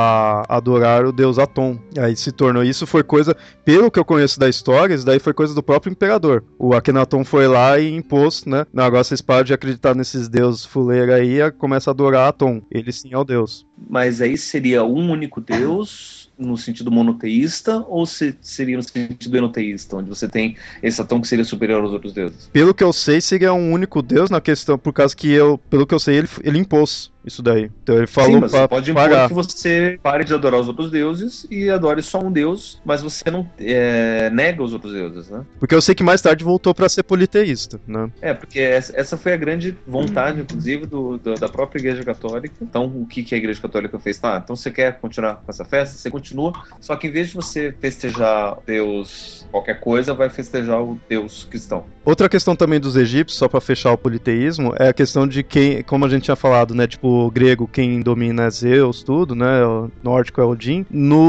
a adorar o deus Atom. Aí se tornou, isso foi coisa, pelo que eu conheço da história, isso daí foi coisa do próprio imperador. O Akhenaton foi lá e impôs, né, não, agora vocês param de acreditar nesses deuses fuleiros aí e começa a adorar Atom. Ele sim é o deus. Mas aí seria um único deus no sentido monoteísta ou seria no sentido enoteísta, onde você tem esse Atom que seria superior aos outros deuses? Pelo que eu sei, seria um único deus na questão, por causa que pelo que eu sei, ele impôs isso daí. Então ele falou. Sim, mas você pode impor que você pare de adorar os outros deuses e adore só um deus, mas você não nega os outros deuses, né? Porque eu sei que mais tarde voltou para ser politeísta, né? Porque essa foi a grande vontade, inclusive, da própria Igreja Católica. Então, o que a Igreja Católica fez? Tá, então você quer continuar com essa festa? Você continua, só que em vez de você festejar Deus qualquer coisa, vai festejar o Deus cristão. Outra questão também dos egípcios, só para fechar o politeísmo, é a questão de quem, como a gente tinha falado, né, tipo, o grego, quem domina é Zeus, tudo, né, o nórdico é Odin.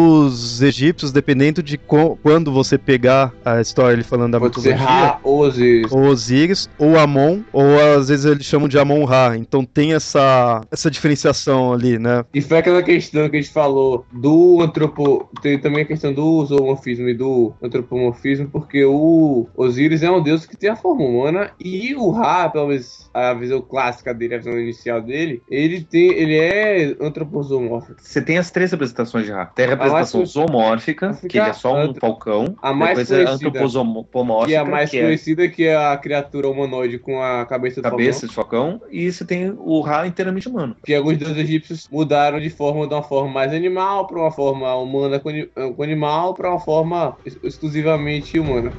Nos egípcios, dependendo de quando você pegar a história, ele falando da mitologia, Ra, Osíris. ou Osíris, ou Amon, ou às vezes eles chamam de Amon-Ra, então tem essa diferenciação ali, né. E foi aquela questão que a gente falou do tem também a questão do zoomorfismo e do antropomorfismo, porque o Osíris é um deus que tem a forma humana e o Ra, pelo menos a visão clássica dele, a visão inicial dele, ele é antropozomórfico. Você tem as 3 representações de Ra. Tem a representação zoomórfica, que ele é só um falcão. A mais depois conhecida, é antropozomórfica, e a mais conhecida, que é a criatura humanoide com a cabeça de falcão. E você tem o Ra inteiramente humano. Que alguns deuses egípcios mudaram de uma forma mais animal para uma forma humana com animal para uma forma exclusivamente humana.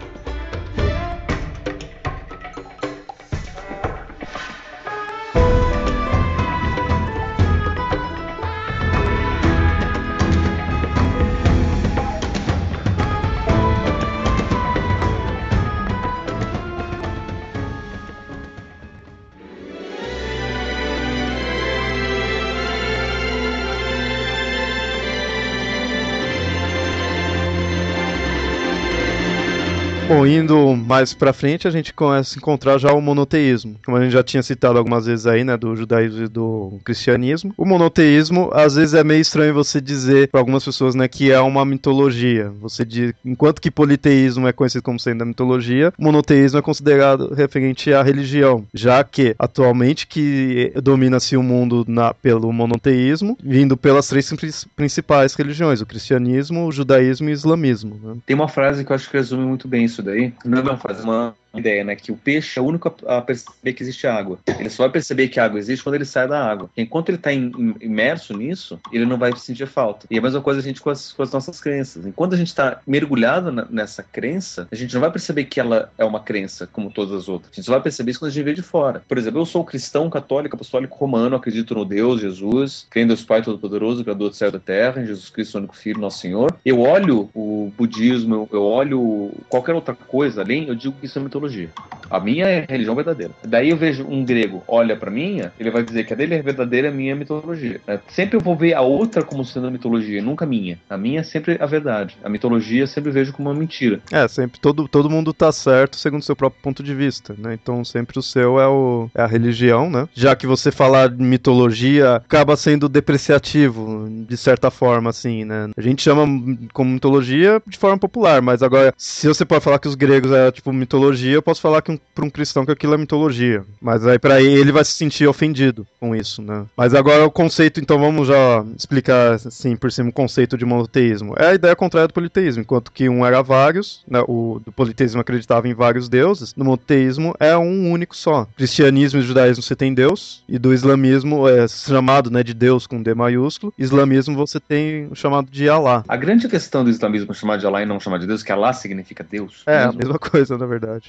Bom, indo mais pra frente, a gente começa a encontrar já o monoteísmo. Como a gente já tinha citado algumas vezes aí, né, do judaísmo e do cristianismo. O monoteísmo, às vezes é meio estranho você dizer para algumas pessoas, né, que é uma mitologia. Você diz, enquanto que politeísmo é conhecido como sendo a mitologia, o monoteísmo é considerado referente à religião, já que atualmente que domina-se o mundo pelo monoteísmo, vindo pelas 3 principais religiões, o cristianismo, o judaísmo e o islamismo, né? Tem uma frase que eu acho que resume muito bem isso daí. Não é uma frase, uma ideia, né? Que o peixe é o único a perceber que existe água. Ele só vai perceber que a água existe quando ele sai da água. Enquanto ele está imerso nisso, ele não vai sentir falta. E a mesma coisa a gente com as nossas crenças. Enquanto a gente está mergulhado nessa crença, a gente não vai perceber que ela é uma crença como todas as outras. A gente só vai perceber isso quando a gente vê de fora. Por exemplo, eu sou cristão, católico, apostólico, romano, acredito no Deus, Jesus, creio em Deus Pai Todo-Poderoso, Criador do céu e da terra, em Jesus Cristo, o único Filho, nosso Senhor. Eu olho o budismo, eu olho qualquer outra coisa além, eu digo que isso é mitologia. A minha é religião verdadeira. Daí eu vejo um grego, olha pra minha, ele vai dizer que a dele é verdadeira, a minha é mitologia. Sempre eu vou ver a outra como sendo a mitologia, nunca a minha. A minha é sempre a verdade. A mitologia eu sempre vejo como uma mentira. Sempre todo mundo tá certo segundo o seu próprio ponto de vista, né? Então sempre o seu é a religião, né? Já que você falar de mitologia acaba sendo depreciativo, de certa forma, assim, né? A gente chama como mitologia de forma popular, mas agora, se você pode falar que os gregos é tipo mitologia, eu posso falar que para um cristão que aquilo é mitologia. Mas aí para ele vai se sentir ofendido com isso, né? Mas agora o conceito, então vamos já explicar assim por cima o conceito de monoteísmo. É a ideia contrária do politeísmo, enquanto que um era vários, né? O do politeísmo acreditava em vários deuses, no monoteísmo é um único só. Cristianismo e judaísmo você tem Deus, e do islamismo é chamado, né, de Deus com D maiúsculo. Islamismo você tem o chamado de Alá. A grande questão do islamismo chamar de Alá e não chamar de Deus, que Alá significa Deus. É, mesmo. A mesma coisa, na verdade.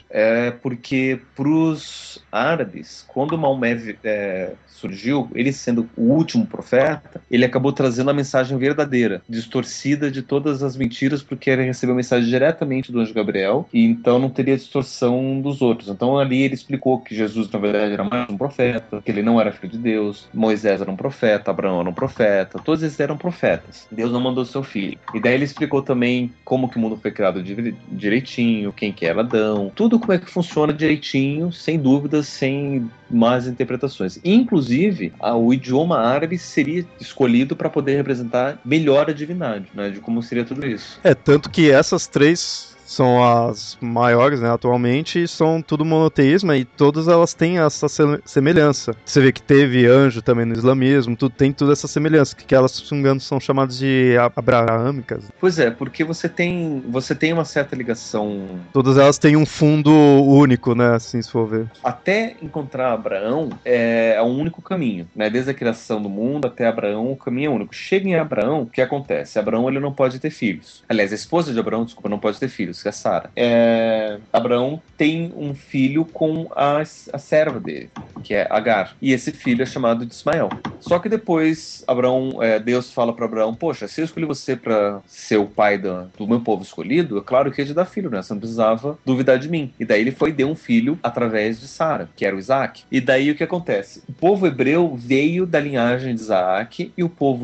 é porque pros árabes, quando Maomé surgiu, ele sendo o último profeta, ele acabou trazendo a mensagem verdadeira, distorcida de todas as mentiras, porque ele recebeu a mensagem diretamente do anjo Gabriel, e então não teria distorção dos outros. Então ali ele explicou que Jesus, na verdade, era mais um profeta, que ele não era filho de Deus, Moisés era um profeta, Abraão era um profeta, todos eles eram profetas. Deus não mandou seu filho. E daí ele explicou também como que o mundo foi criado direitinho, quem que era Adão, tudo como é que funciona direitinho, sem dúvidas, sem más interpretações. Inclusive, o idioma árabe seria escolhido para poder representar melhor a divindade, né, de como seria tudo isso. Tanto que essas três são as maiores, né, atualmente, e são tudo monoteísmo, e todas elas têm essa semelhança. Você vê que teve anjo também no islamismo, tem toda essa semelhança, que elas, se não me engano, são chamadas de abraâmicas. Pois é, porque você tem uma certa ligação... Todas elas têm um fundo único, né, assim, se for ver. Até encontrar Abraão é um único caminho, né, desde a criação do mundo até Abraão, o caminho é único. Chega em Abraão, o que acontece? Abraão, ele não pode ter filhos. Aliás, a esposa de Abraão, desculpa, não pode ter filhos, que é Sara. Abraão tem um filho com a serva dele, que é Agar. E esse filho é chamado de Ismael. Só que depois Deus fala para Abraão: poxa, se eu escolhi você para ser o pai do meu povo escolhido, é claro que ia te dar filho, né? Você não precisava duvidar de mim. E daí ele foi e deu um filho através de Sara, que era o Isaac. E daí o que acontece? O povo hebreu veio da linhagem de Isaac e o povo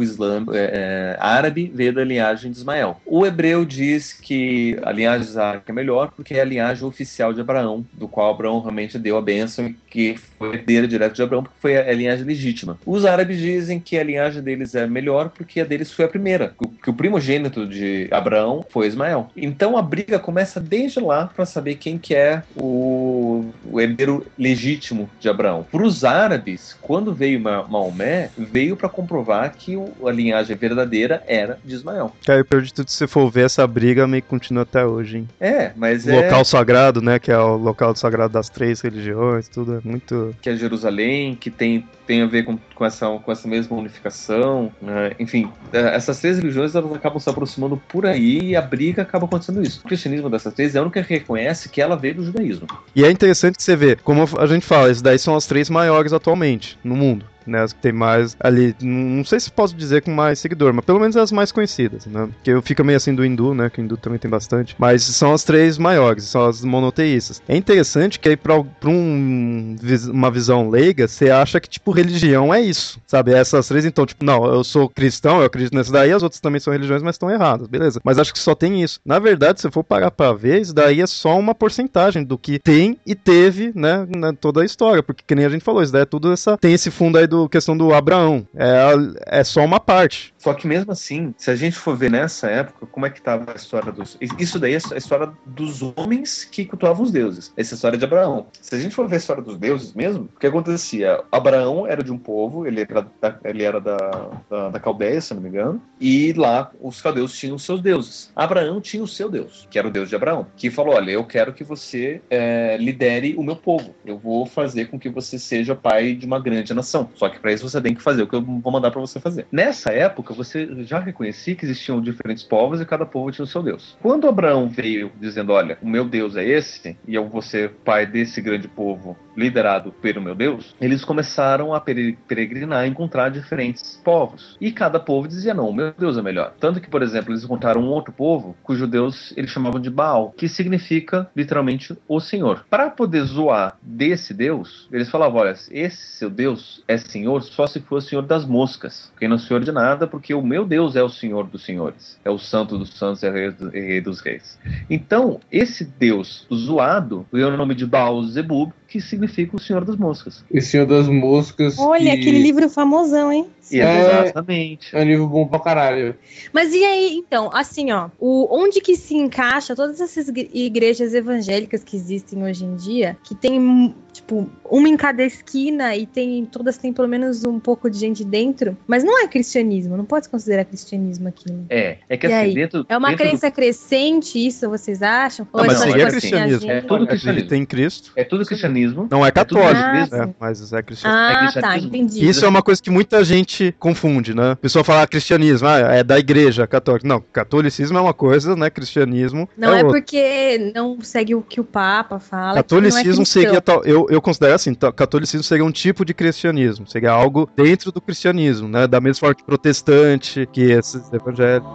árabe veio da linhagem de Ismael. O hebreu diz que a linhagem de Isaac é melhor porque é a linhagem oficial de Abraão, do qual Abraão realmente deu a bênção e que foi herdeira direto de Abraão, porque foi a linhagem legítima. Os árabes dizem que a linhagem deles é melhor porque a deles foi a primeira, que o primogênito de Abraão foi Ismael. Então a briga começa desde lá para saber quem que é o herdeiro legítimo de Abraão. Para os árabes, quando veio Maomé, veio para comprovar que a linhagem verdadeira era de Ismael. Cara, pior de tudo, se você for ver, essa briga meio que continua até hoje, hein? Mas o local sagrado, né, que é o local sagrado das três religiões, tudo é muito... Que é Jerusalém, que tem a ver com essa mesma unificação, né? Enfim, essas três religiões, elas acabam se aproximando por aí e a briga acaba acontecendo isso. O cristianismo dessas três é a única que reconhece que ela veio do judaísmo. E é interessante que você vê, como a gente fala, esses daí são as três maiores atualmente no mundo, né, as que tem mais ali, não sei se posso dizer com mais seguidor, mas pelo menos as mais conhecidas, né, porque eu fico meio assim do hindu, né, que o hindu também tem bastante, mas são as três maiores, são as monoteístas. É interessante que aí pra uma visão leiga, você acha que, tipo, religião é isso, sabe, essas três, então, tipo, não, eu sou cristão, eu acredito nessa daí, as outras também são religiões, mas estão erradas, beleza, mas acho que só tem isso. Na verdade, se eu for parar pra ver, isso daí é só uma porcentagem do que tem e teve, né, toda a história, porque que nem a gente falou, isso daí é tudo tem esse fundo aí questão do Abraão. É só uma parte. Só que mesmo assim, se a gente for ver nessa época, como é que estava a história dos... Isso daí é a história dos homens que cultuavam os deuses. Essa é a história de Abraão. Se a gente for ver a história dos deuses mesmo, o que acontecia? Abraão era de um povo, ele era da Caldeia, se não me engano, e lá os caldeus tinham seus deuses. Abraão tinha o seu Deus, que era o Deus de Abraão, que falou: olha, eu quero que você lidere o meu povo. Eu vou fazer com que você seja pai de uma grande nação. Só que para isso você tem que fazer o que eu vou mandar para você fazer. Nessa época, você já reconhecia que existiam diferentes povos e cada povo tinha o seu Deus. Quando Abraão veio dizendo: olha, o meu Deus é esse, e eu vou ser pai desse grande povo liderado pelo meu Deus, eles começaram a peregrinar e encontrar diferentes povos. E cada povo dizia: não, o meu Deus é melhor. Tanto que, por exemplo, eles encontraram um outro povo cujo Deus eles chamavam de Baal, que significa literalmente o Senhor. Para poder zoar desse Deus, eles falavam: olha, esse seu Deus é Senhor só se for o Senhor das moscas, porque não é Senhor de nada, porque o meu Deus é o Senhor dos senhores, é o Santo dos santos, é o Rei dos reis. Então, esse Deus zoado ganhou o nome de Baal Zebub, que significa o Senhor das moscas. O Senhor das Moscas. Olha, aquele livro famosão, hein? Exatamente. É um livro bom pra caralho. Mas e aí, então, assim, ó, onde que se encaixa todas essas igrejas evangélicas que existem hoje em dia, que tem, tipo, uma em cada esquina e todas têm pelo menos um pouco de gente dentro, mas não é cristianismo, não pode se considerar cristianismo aquilo. É que assim, é uma crença crescente, isso vocês acham? Ou mas tipo é cristianismo. É tudo cristianismo. Tem Cristo. É tudo cristianismo. Não é católico, mesmo. mas é cristianismo. Tá, entendi. Isso é uma coisa que muita gente gente confunde, né? A pessoa fala cristianismo, é da igreja católica. Não, catolicismo é uma coisa, né? Cristianismo Não é outra. porque não segue o que o Papa fala. Catolicismo que não é seria, eu considero assim, catolicismo seria um tipo de cristianismo, seria algo dentro do cristianismo, né? Da mesma forma que protestante, que esses evangélicos.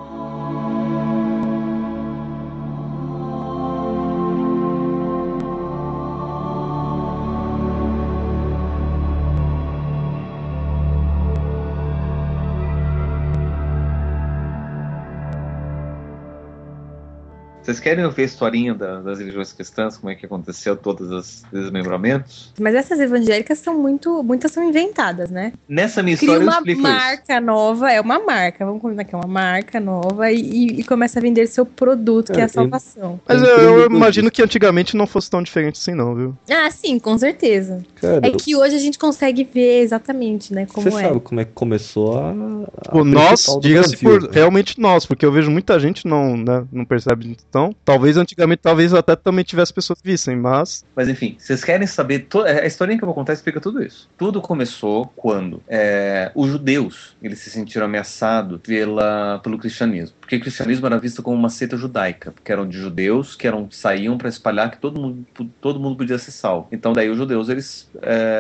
Vocês querem ouvir a historinha das religiões cristãs, como é que aconteceu todos os desmembramentos? Mas essas evangélicas muitas são inventadas, né? Nessa minha Cria história eu uma explico marca nova, é uma marca, vamos combinar que é uma marca nova e começa a vender seu produto, que é a salvação. Mas eu imagino que antigamente não fosse tão diferente assim não, viu? Ah, sim, com certeza. Cara, É que hoje a gente consegue ver exatamente, né, como você é. sabe como é que começou a Nós, principal do diga-se Brasil, por realmente nós, porque eu vejo muita gente não percebe. Então, talvez antigamente, talvez até também tivesse pessoas que vissem, mas... Mas enfim, vocês querem saber... A historinha que eu vou contar explica tudo isso. Tudo começou quando os judeus, eles se sentiram ameaçados pelo cristianismo. Porque o cristianismo era visto como uma seita judaica, porque eram de judeus que saíam para espalhar que todo mundo podia ser salvo. Então daí os judeus, eles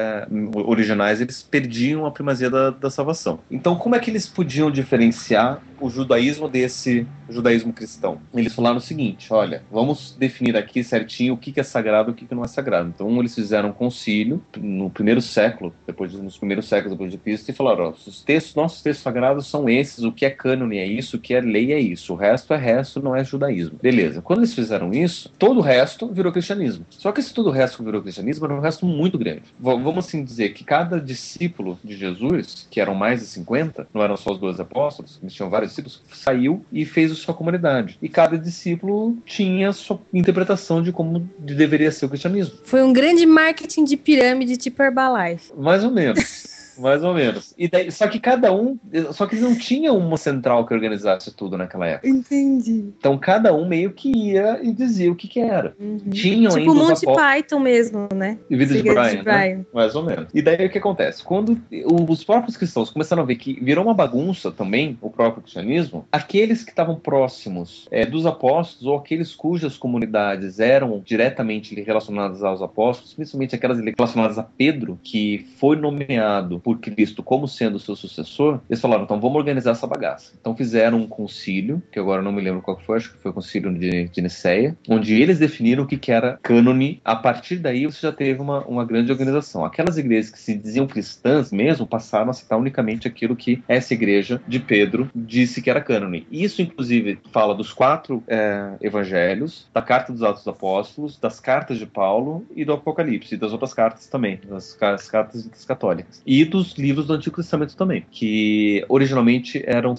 originais, eles perdiam a primazia da salvação. Então como é que eles podiam diferenciar o judaísmo desse judaísmo cristão? Eles falaram o seguinte: olha, vamos definir aqui certinho o que é sagrado e o que não é sagrado. Então eles fizeram um concílio no primeiro século, nos primeiros séculos depois de Cristo, e falaram: ó, nossos textos sagrados são esses, o que é cânone é isso, o que é lei é isso, o resto é resto, não é judaísmo. Beleza. Quando eles fizeram isso, todo o resto virou cristianismo. Só que esse todo o resto que virou cristianismo era um resto muito grande. Vamos assim dizer que cada discípulo de Jesus, que eram mais de 50, não eram só os 12 apóstolos, eles tinham vários discípulos, saiu e fez a sua comunidade. E cada discípulo tinha a sua interpretação de como deveria ser o cristianismo. Foi um grande marketing de pirâmide tipo Herbalife. Mais ou menos. Mais ou menos. E daí, só que eles não tinham uma central que organizasse tudo naquela época. Entendi. Então cada um meio que ia e dizia o que era. Uhum. Tinham tipo ainda Monty Python mesmo, né? E Vida de Segredos Brian, né? Mais ou menos. E daí o que acontece? Quando os próprios cristãos começaram a ver que virou uma bagunça também, o próprio cristianismo, aqueles que estavam próximos dos apóstolos, ou aqueles cujas comunidades eram diretamente relacionadas aos apóstolos, principalmente aquelas relacionadas a Pedro, que foi nomeado por Cristo como sendo seu sucessor, eles falaram: então vamos organizar essa bagaça. Então fizeram um concílio, que agora eu não me lembro qual que foi, acho que foi o concílio de Niceia, onde eles definiram o que era cânone. A partir daí você já teve uma grande organização. Aquelas igrejas que se diziam cristãs mesmo passaram a aceitar unicamente aquilo que essa igreja de Pedro disse que era cânone. Isso inclusive fala dos 4 evangelhos, da carta dos Atos dos Apóstolos, das cartas de Paulo e do Apocalipse, e das outras cartas também, das cartas católicas. E dos livros do Antigo Testamento também, que originalmente eram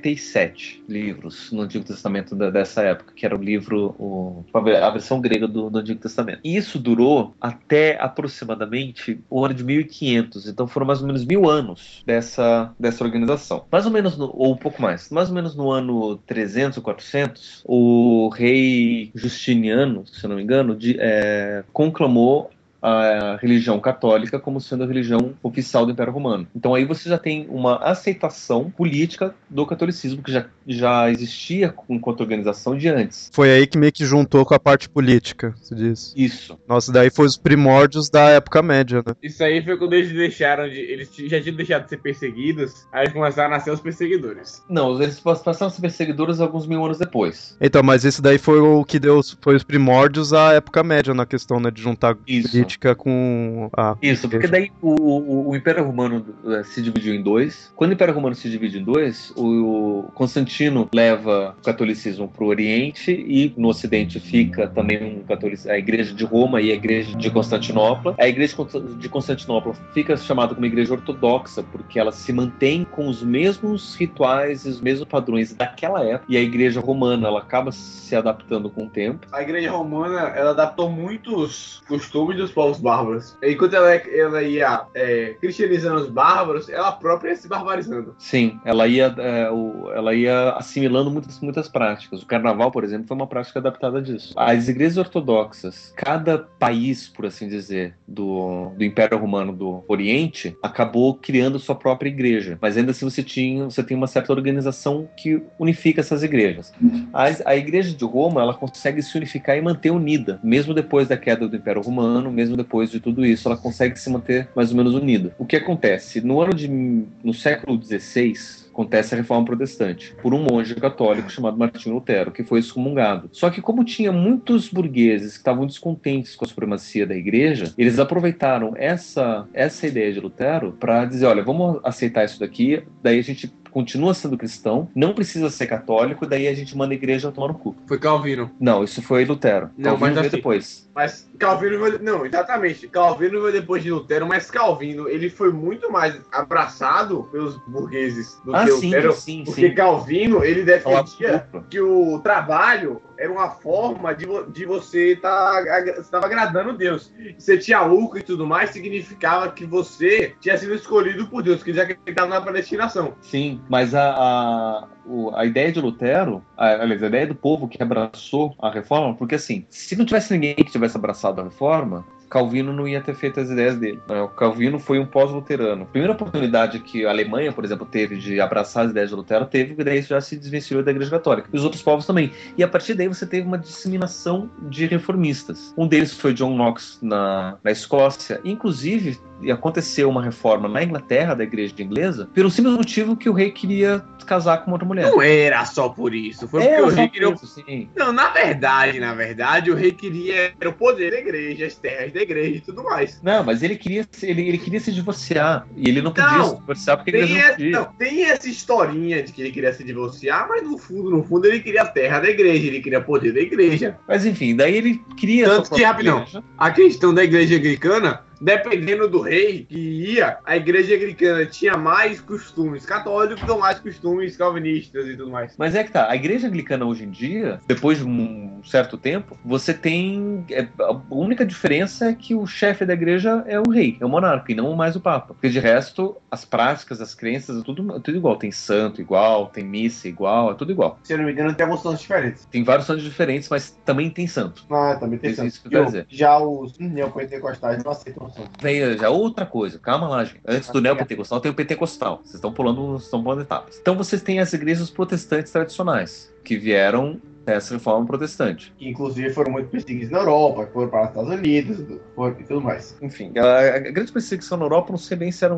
77 livros no Antigo Testamento dessa época, que era a versão grega do Antigo Testamento. E isso durou até aproximadamente o ano de 1500, então foram mais ou menos 1000 anos dessa organização. Mais ou menos, ou um pouco mais, mais ou menos no ano 300 ou 400, o rei Justiniano, se eu não me engano, conclamou a religião católica como sendo a religião oficial do Império Romano. Então aí você já tem uma aceitação política do catolicismo que já existia enquanto organização de antes. Foi aí que meio que juntou com a parte política, se diz. Isso. Nossa, daí foi os primórdios da época média, né? Isso aí foi quando eles eles já tinham deixado de ser perseguidos, aí eles começaram a nascer os perseguidores. Não, eles passaram a ser perseguidores alguns 1000 anos depois. Então, mas esse daí foi o que foi os primórdios da época média na questão, né, de juntar política com a... Isso, porque daí o Império Romano se dividiu em 2. Quando o Império Romano se divide em 2, o Constantino leva o catolicismo para o Oriente e no Ocidente fica também a Igreja de Roma e a Igreja de Constantinopla. A Igreja de Constantinopla fica chamada como Igreja Ortodoxa porque ela se mantém com os mesmos rituais e os mesmos padrões daquela época, e a Igreja Romana ela acaba se adaptando com o tempo. A Igreja Romana ela adaptou muitos costumes dos povos bárbaros. Enquanto ela ia cristianizando os bárbaros, ela própria ia se barbarizando. Sim, ela ia assimilando muitas práticas. O carnaval, por exemplo, foi uma prática adaptada disso. As igrejas ortodoxas, cada país, por assim dizer, do Império Romano do Oriente, acabou criando sua própria igreja. Mas ainda assim você tem uma certa organização que unifica essas igrejas. A igreja de Roma, ela consegue se unificar e manter unida, mesmo depois da queda do Império Romano, mesmo depois de tudo isso, ela consegue se manter mais ou menos unida. O que acontece? No século XVI, acontece a Reforma Protestante, por um monge católico chamado Martinho Lutero, que foi excomungado. Só que como tinha muitos burgueses que estavam descontentes com a supremacia da igreja, eles aproveitaram essa ideia de Lutero para dizer, olha, vamos aceitar isso daqui, daí a gente continua sendo cristão, não precisa ser católico, daí a gente manda a igreja tomar no cu. Foi Calvino. Não, isso foi Lutero. Não, Calvino mas veio assim, depois. Mas Calvino veio... Não, exatamente. Calvino veio depois de Lutero, mas Calvino, ele foi muito mais abraçado pelos burgueses do que Lutero. Sim. Porque Calvino, ele defendia que o trabalho era uma forma de você estava agradando Deus. Você tinha lucro e tudo mais, significava que você tinha sido escolhido por Deus, que já acreditava na predestinação. Sim, mas a ideia de Lutero, aliás, a ideia do povo que abraçou a reforma, porque assim, se não tivesse ninguém que tivesse abraçado a reforma, Calvino não ia ter feito as ideias dele. O Calvino foi um pós-luterano. A primeira oportunidade que a Alemanha, por exemplo, teve de abraçar as ideias de Lutero, teve, daí já se desvencilhou da Igreja Católica. E os outros povos também. E a partir daí você teve uma disseminação de reformistas. Um deles foi John Knox na Escócia. Inclusive, aconteceu uma reforma na Inglaterra, da Igreja inglesa, pelo simples motivo que o rei queria casar com outra mulher. Não era só por isso. Foi porque o rei queria... Isso, sim. Não, na verdade, o rei queria o poder da igreja, as terras da igreja e tudo mais. Não, mas ele queria se divorciar. E ele não podia se divorciar porque a igreja não podia. Não, tem essa historinha de que ele queria se divorciar, mas no fundo, ele queria a terra da igreja, ele queria poder da igreja. Mas enfim, daí ele queria... Tanto que, rapidão, a questão da igreja anglicana, dependendo do rei que ia, a igreja anglicana tinha mais costumes católicos ou mais costumes calvinistas e tudo mais. Mas é que tá, a igreja anglicana hoje em dia, depois de um certo tempo, você tem... a única diferença é que o chefe da igreja é o rei, é o monarca, e não mais o papa. Porque de resto, as práticas, as crenças, é tudo igual. Tem santo igual, tem missa igual, é tudo igual. Se eu não me engano, tem alguns santos diferentes. Tem vários santos diferentes, mas também tem santo. Ah, também tem santo. Isso que eu quero dizer. Já os neopentecostais não aceitam santo. Veio já outra coisa, calma lá, gente. Antes do neopentecostal tem o pentecostal. Vocês estão pulando etapas. Então vocês têm as igrejas protestantes tradicionais, que vieram dessa reforma protestante. Que inclusive foram muito perseguidos na Europa, que foram para os Estados Unidos e tudo mais. Enfim, a grande perseguição na Europa, não sei bem se eram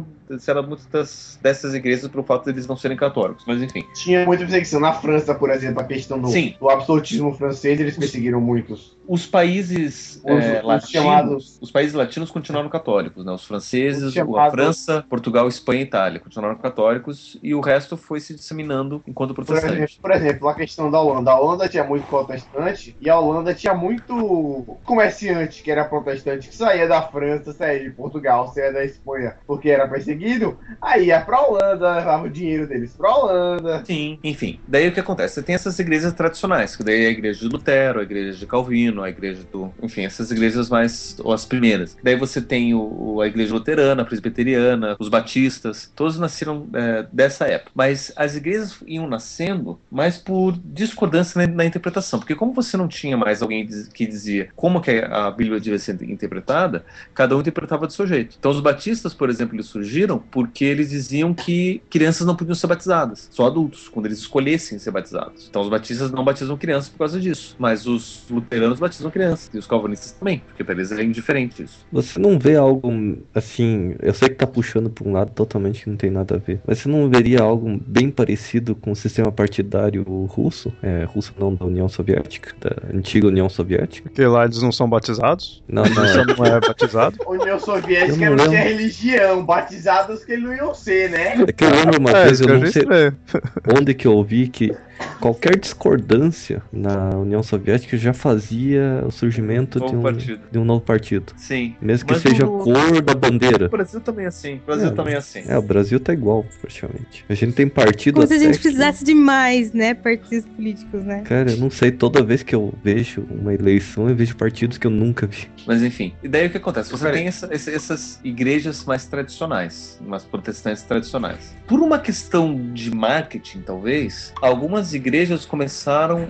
muitas dessas igrejas pelo fato de eles não serem católicos, mas enfim. Tinha muita perseguição. Na França, por exemplo, a questão do absolutismo francês, eles perseguiram muitos. Os países latinos, os países latinos continuaram católicos, né? Os franceses, a França, Portugal, Espanha e Itália continuaram católicos e o resto foi se disseminando enquanto protestante. Por exemplo, a questão da Holanda. A Holanda tinha muito protestante e a Holanda tinha muito comerciante que era protestante, que saía da França, saía de Portugal, saía da Espanha porque era perseguido, aí ia pra Holanda, levava o dinheiro deles pra Holanda. Sim, enfim. Daí o que acontece? Você tem essas igrejas tradicionais, que daí é a igreja de Lutero, a igreja de Calvino, a igreja do... Enfim, essas igrejas mais... ou as primeiras. Daí você tem a igreja luterana, a presbiteriana, os batistas, todos nasceram dessa época. Mas as igrejas iam nascendo mais por discordância na interpretação, porque como você não tinha mais alguém que dizia como que a Bíblia devia ser interpretada, cada um interpretava do seu jeito. Então os batistas, por exemplo, eles surgiram porque eles diziam que crianças não podiam ser batizadas, só adultos, quando eles escolhessem ser batizados. Então os batistas não batizam crianças por causa disso, mas os luteranos batizam crianças, e os calvinistas também, porque para eles é indiferente isso. Você não vê algo assim, eu sei que tá puxando para um lado totalmente que não tem nada a ver, mas você não veria algo bem parecido com o sistema partidário russo? Russo não, da União Soviética, da antiga União Soviética. Porque lá eles não são batizados? Não. Não é batizado? A União Soviética não tinha religião, batizados que eles não iam ser, né? É que eu lembro uma vez, eu não sei onde que eu ouvi que qualquer discordância na União Soviética já fazia o surgimento de um novo partido. Sim. Mesmo que seja a cor da bandeira. O Brasil também é assim. O Brasil tá igual, praticamente. A gente tem partido Como se a gente que... precisasse de mais, né? Partidos políticos, né? Cara, eu não sei, toda vez que eu vejo uma eleição, eu vejo partidos que eu nunca vi. Mas enfim, e daí o que acontece? Você tem essas igrejas mais tradicionais, mais protestantes tradicionais. Por uma questão de marketing, talvez, algumas igrejas começaram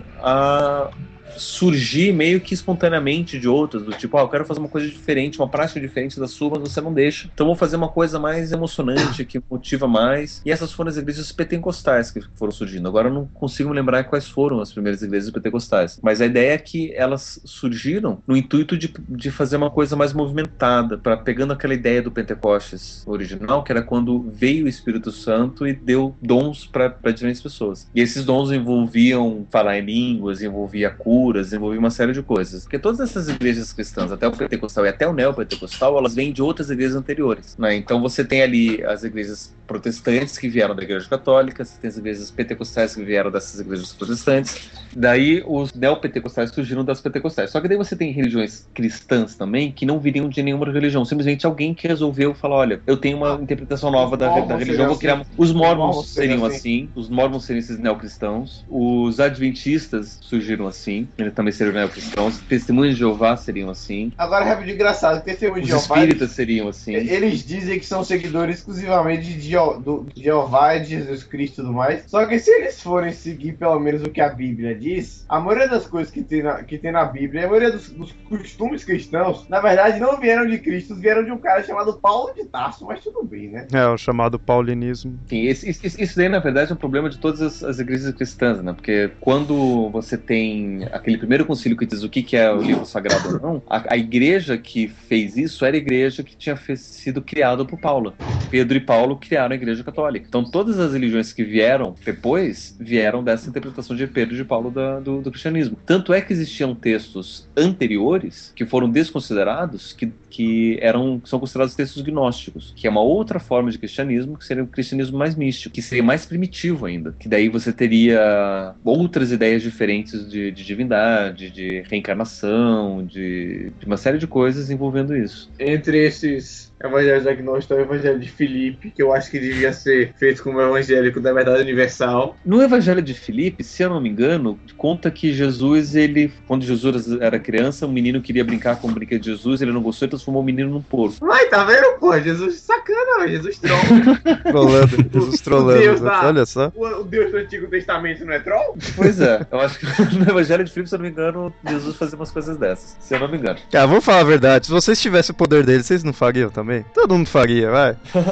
a surgir meio que espontaneamente de outras, do tipo, eu quero fazer uma coisa diferente, uma prática diferente da sua, mas você não deixa. Então vou fazer uma coisa mais emocionante, que motiva mais. E essas foram as igrejas pentecostais que foram surgindo. Agora eu não consigo me lembrar quais foram as primeiras igrejas pentecostais. Mas a ideia é que elas surgiram no intuito de fazer uma coisa mais movimentada, pegando aquela ideia do Pentecostes original, que era quando veio o Espírito Santo e deu dons para diferentes pessoas. E esses dons envolviam falar em línguas, envolvia cura, envolvia uma série de coisas. Porque todas essas igrejas cristãs, até o pentecostal e até o neopentecostal, elas vêm de outras igrejas anteriores, né? Então você tem ali as igrejas protestantes que vieram da igreja católica, você tem as igrejas pentecostais que vieram dessas igrejas protestantes, daí os neopentecostais surgiram das pentecostais. Só que daí você tem religiões cristãs também que não viriam de nenhuma religião, simplesmente alguém que resolveu falar, olha, eu tenho uma interpretação nova da religião, vou criar... Os mormons seriam assim, os mormons seriam esses neocristãos, os adventistas surgiram assim, eles também seriam neocristãos, testemunhos de Jeová seriam assim. Agora é rápido engraçado, testemunhos de Jeová, espíritas seriam assim. Eles dizem que são seguidores exclusivamente de Jeová e de Jesus Cristo e tudo mais. Só que se eles forem seguir pelo menos o que a Bíblia diz, a maioria das coisas que tem na Bíblia, a maioria dos costumes cristãos, na verdade não vieram de Cristo, vieram de um cara chamado Paulo de Tarso, mas tudo bem, né? É, o chamado paulinismo. Sim, isso daí na verdade é um problema de todas as igrejas cristãs, né? Porque quando você tem aquele primeiro concílio que diz o que é o livro sagrado ou não, a igreja que fez isso era a igreja que tinha sido criada por Paulo. Pedro e Paulo criaram a igreja católica. Então todas as religiões que vieram depois, vieram dessa interpretação de Pedro e de Paulo do cristianismo. Tanto é que existiam textos anteriores que foram desconsiderados, que são considerados textos gnósticos, que é uma outra forma de cristianismo, que seria o cristianismo mais místico, que seria mais primitivo ainda, que daí você teria outras ideias diferentes de divindade, de reencarnação, de uma série de coisas envolvendo isso. Entre esses evangelhos agnósticos, é o evangelho de Filipe, que eu acho que devia ser feito como evangélico da verdade universal. No evangelho de Filipe, se eu não me engano, conta que Jesus, quando Jesus era criança, um menino queria brincar com o brinquedo de Jesus, ele não gostou e transformou o menino num porco. Mas tá vendo, pô? Jesus sacana, Jesus troll. Trolando, Jesus trolando. Olha só. O Deus do Antigo Testamento não é troll? Pois é, eu acho que no evangelho de Filipe, se eu não me engano, Jesus fazia umas coisas dessas, se eu não me engano. Cara, vamos falar a verdade, se vocês tivessem o poder dele, vocês não fariam também? Todo mundo faria, vai.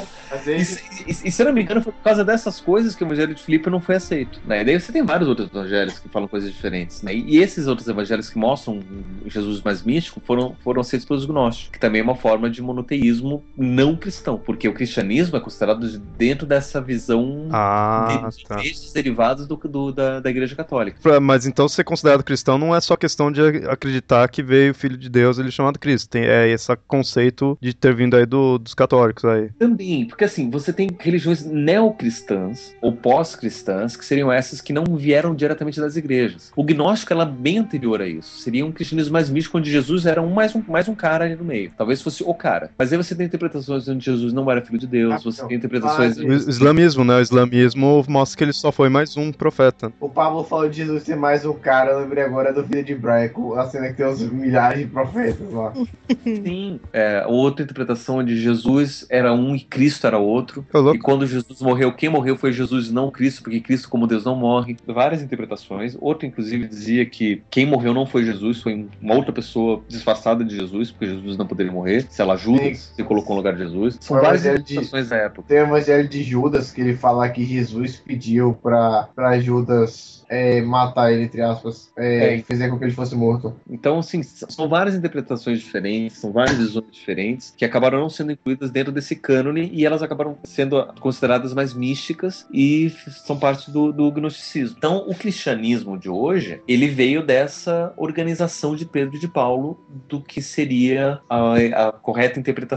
E se eu não me engano, foi por causa dessas coisas que o evangelho de Filipe não foi aceito, né? E daí você tem vários outros evangelhos que falam coisas diferentes, né? E esses outros evangelhos que mostram Jesus mais místico foram aceitos pelos gnósticos, que também é uma forma de monoteísmo não cristão, porque o cristianismo é considerado dentro dessa visão de textos derivados da Igreja Católica. Mas então ser considerado cristão não é só questão de acreditar que veio o Filho de Deus, ele chamado Cristo. Tem esse conceito de ter vindo aí dos católicos aí. Também, porque assim, você tem religiões neocristãs ou pós-cristãs, que seriam essas que não vieram diretamente das igrejas. O gnóstico ela é bem anterior a isso. Seria um cristianismo mais místico, onde Jesus era mais um cara ali no meio. Talvez fosse o cara. Mas aí você tem interpretações onde Jesus não era filho de Deus, você tem interpretações... O islamismo, né? O islamismo mostra que ele só foi mais um profeta. O Pablo falou de Jesus ser mais um cara, eu lembrei agora do Vida de Brian, a cena que tem uns milhares de profetas lá. Sim. Outra interpretação onde Jesus era um e Cristo era outro. E quando Jesus morreu, quem morreu foi Jesus e não Cristo, porque Cristo, como Deus, não morre. Várias interpretações. Outra, inclusive, dizia que quem morreu não foi Jesus, foi uma outra pessoa disfarçada de Jesus, porque Jesus não poderia morrer. Se ela Judas se colocou no lugar de Jesus. São várias interpretações da época. Tem o evangelho de Judas, que ele fala que Jesus pediu pra Judas matar ele, entre aspas, fazer com que ele fosse morto. Então, assim, são várias interpretações diferentes, são várias visões diferentes, que acabaram não sendo incluídas dentro desse cânone, e elas acabaram sendo consideradas mais místicas e são parte do gnosticismo. Então, o cristianismo de hoje, ele veio dessa organização de Pedro e de Paulo do que seria a correta interpretação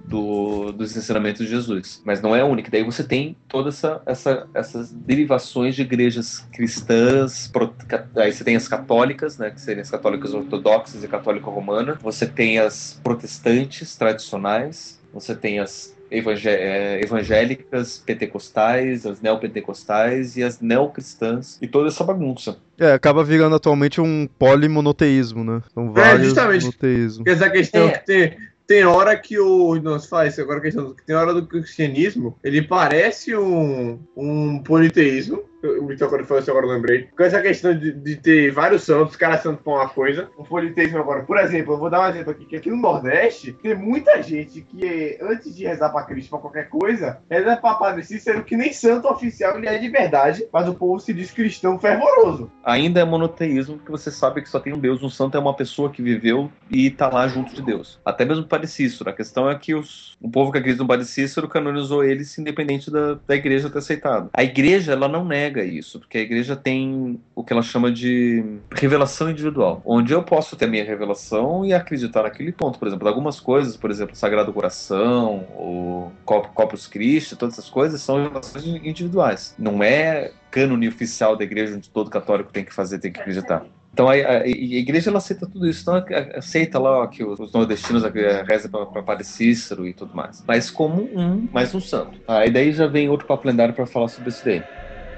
dos ensinamentos de Jesus. Mas não é a única. Daí você tem todas essas derivações de igrejas cristãs, aí você tem as católicas, né, que seriam as católicas ortodoxas e católica romana. Você tem as protestantes tradicionais. Você tem as evangélicas, pentecostais, as neopentecostais e as neocristãs e toda essa bagunça. Acaba virando atualmente um polimonoteísmo, né? São vários monoteísmos. Essa questão que tem hora que Nossa, fala isso agora, a questão que tem hora do cristianismo, ele parece um politeísmo. O Vitor, quando falou isso, agora eu lembrei. Com essa questão de ter vários santos, cada santo pra uma coisa. Um politeísmo agora. Por exemplo, eu vou dar um exemplo aqui, que aqui no Nordeste, tem muita gente que, antes de rezar pra Cristo, pra qualquer coisa, reza pra Padre Cícero, que nem santo oficial ele é de verdade, mas o povo se diz cristão fervoroso. Ainda é monoteísmo, porque você sabe que só tem um Deus. Um santo é uma pessoa que viveu e tá lá junto de Deus. Até mesmo o Padre Cícero. A questão é que o povo que acredita no Padre Cícero canonizou ele, independente da igreja ter aceitado. A igreja, ela não nega isso, porque a igreja tem o que ela chama de revelação individual, onde eu posso ter a minha revelação e acreditar naquele ponto. Por exemplo, algumas coisas, por exemplo, Sagrado Coração, o Corpus Christi, todas essas coisas são revelações individuais. Não é cânone oficial da igreja onde todo católico tem que acreditar. Então a igreja ela aceita tudo isso, então aceita lá que os nordestinos rezam para Padre Cícero e tudo mais, mas como mais um santo. E daí já vem outro papo lendário para falar sobre isso daí.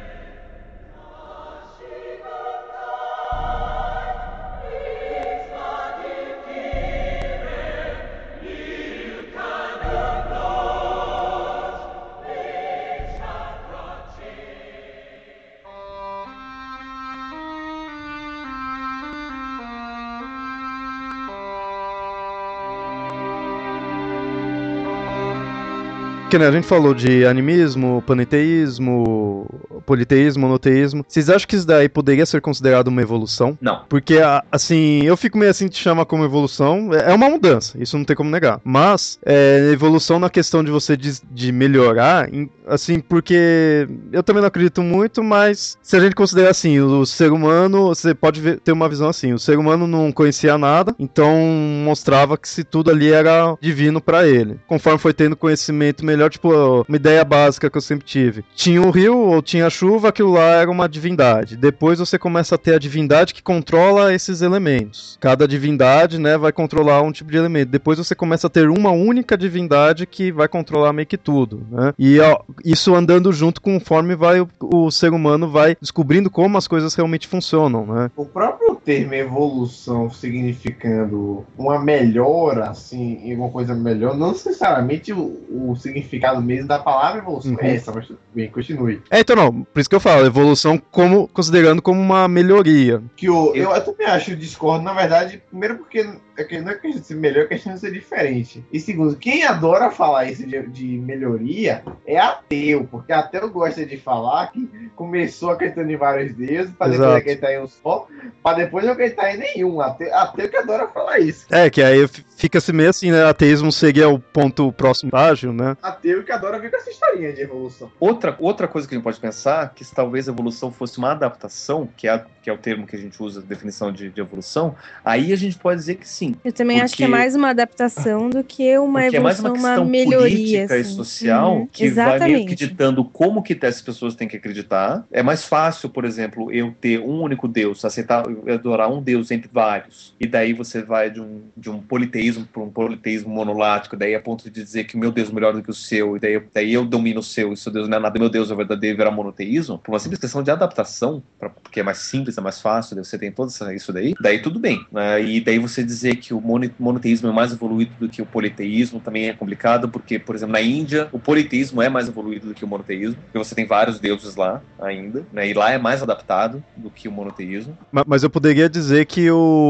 Que, né, a gente falou de animismo, panenteísmo, politeísmo, monoteísmo. Vocês acham que isso daí poderia ser considerado uma evolução? Não. Porque, assim, eu fico meio assim de chamar como evolução. É uma mudança, isso não tem como negar. Mas, evolução na questão de você de melhorar, assim, porque eu também não acredito muito, mas se a gente considerar assim, o ser humano, você pode ter uma visão assim, o ser humano não conhecia nada, então mostrava que se tudo ali era divino pra ele. Conforme foi tendo conhecimento melhor, tipo, uma ideia básica que eu sempre tive. Tinha o rio ou tinha a chuva, aquilo lá era uma divindade. Depois você começa a ter a divindade que controla esses elementos. Cada divindade, né, vai controlar um tipo de elemento. Depois você começa a ter uma única divindade que vai controlar meio que tudo, né? E isso andando junto conforme o ser humano vai descobrindo como as coisas realmente funcionam, né? O próprio termo evolução significando uma melhora, assim, em alguma coisa melhor, não necessariamente o significado mesmo da palavra evolução é essa, mas tudo bem, continue. Então não, por isso que eu falo, evolução considerando como uma melhoria. Que eu também acho, discordo, na verdade, primeiro porque não é questão de ser melhor, é questão de ser diferente. E segundo, quem adora falar isso de melhoria é ateu, porque ateu gosta de falar que começou acreditando em vários deuses, para depois acreditar em um só, para depois não acreditar em nenhum. Ateu que adora falar isso. Que aí fica-se meio assim, né? Ateísmo seria o ponto próximo estágio, né? Ateu que adora vir com essa historinha de evolução. Outra coisa que a gente pode pensar, que talvez a evolução fosse uma adaptação, que é o termo que a gente usa, definição de evolução, aí a gente pode dizer que sim. Eu também acho que é mais uma adaptação do que uma evolução, é mais uma questão melhoria, política assim. e social que vai meio que ditando como que essas pessoas têm que acreditar. É mais fácil, por exemplo, eu ter um único Deus, aceitar, adorar um Deus entre vários, e daí você vai de um politeísmo para um politeísmo monolático, daí a ponto de dizer que o meu Deus é melhor do que o seu, e daí eu domino o seu, e seu Deus não é nada, meu Deus é o verdadeiro, virar monoteísmo, por uma simples questão de adaptação, porque é mais simples, é mais fácil, daí você tem todo isso daí tudo bem, né? E daí você dizer que o monoteísmo é mais evoluído do que o politeísmo também é complicado, porque, por exemplo, na Índia, o politeísmo é mais evoluído do que o monoteísmo, porque você tem vários deuses lá ainda, né? E lá é mais adaptado do que o monoteísmo. Mas eu poderia dizer que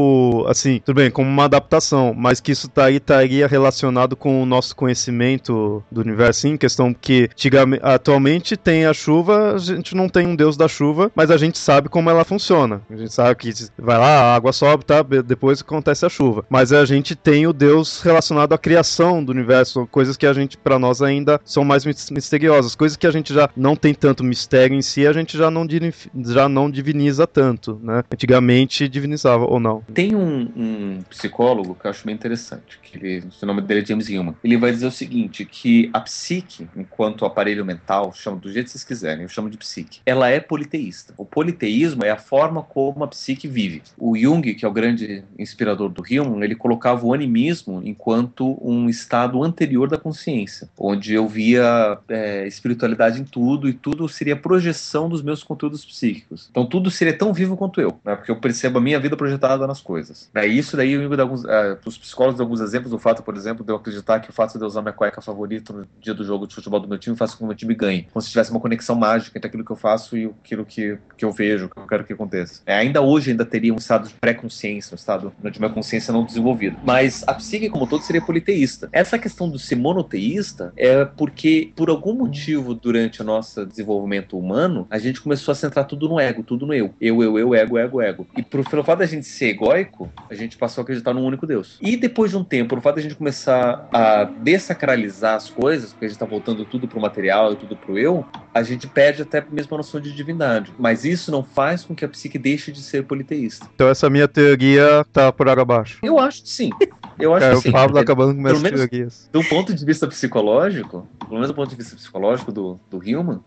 assim, tudo bem, como uma adaptação, mas que isso estaria relacionado com o nosso conhecimento do universo, em questão que atualmente tem a chuva, a gente não tem um deus da chuva, mas a gente sabe como ela funciona. A gente sabe que vai lá, a água sobe, tá? Depois acontece a chuva. prova. Mas a gente tem o Deus relacionado à criação do universo, coisas que a gente, pra nós, ainda são mais misteriosas. Coisas que a gente já não tem tanto mistério em si, a gente já não diviniza tanto, né? Antigamente divinizava, ou não. Tem um psicólogo que eu acho bem interessante, o nome dele é James Hillman. Ele vai dizer o seguinte, que a psique, enquanto aparelho mental, chama do jeito que vocês quiserem, eu chamo de psique, ela é politeísta. O politeísmo é a forma como a psique vive. O Jung, que é o grande inspirador do Hillman, ele colocava o animismo enquanto um estado anterior da consciência, onde eu via espiritualidade em tudo, e tudo seria projeção dos meus conteúdos psíquicos. Então tudo seria tão vivo quanto eu, né? Porque eu percebo a minha vida projetada nas coisas. Isso daí o Jung dá os psicólogos dão alguns exemplos do fato, por exemplo, de eu acreditar que o fato de eu usar minha cueca favorita no dia do jogo de futebol do meu time faz com que o meu time ganhe. Como se tivesse uma conexão mágica entre aquilo que eu faço e aquilo que eu vejo, que eu quero que aconteça. Ainda hoje teria um estado de pré-consciência, um estado de uma consciência não desenvolvida. Mas a psique como um todo seria politeísta. Essa questão de ser monoteísta é porque, por algum motivo, durante o nosso desenvolvimento humano, a gente começou a centrar tudo no ego, tudo no eu. Eu, ego. E pelo fato da gente ser egóico, a gente passou a acreditar num único Deus. E depois de um tempo, pelo fato da gente começar a dessacralizar as coisas, porque a gente está voltando tudo pro material e tudo pro eu, a gente perde até mesmo a noção de divindade. Mas isso não faz com que a psique deixe de ser politeísta. Então essa minha teoria tá por água abaixo. Eu acho que sim. Eu acho que sim. O Pablo acabando com minhas teorias. Do ponto de vista psicológico, pelo menos do ponto de vista psicológico do Hillman,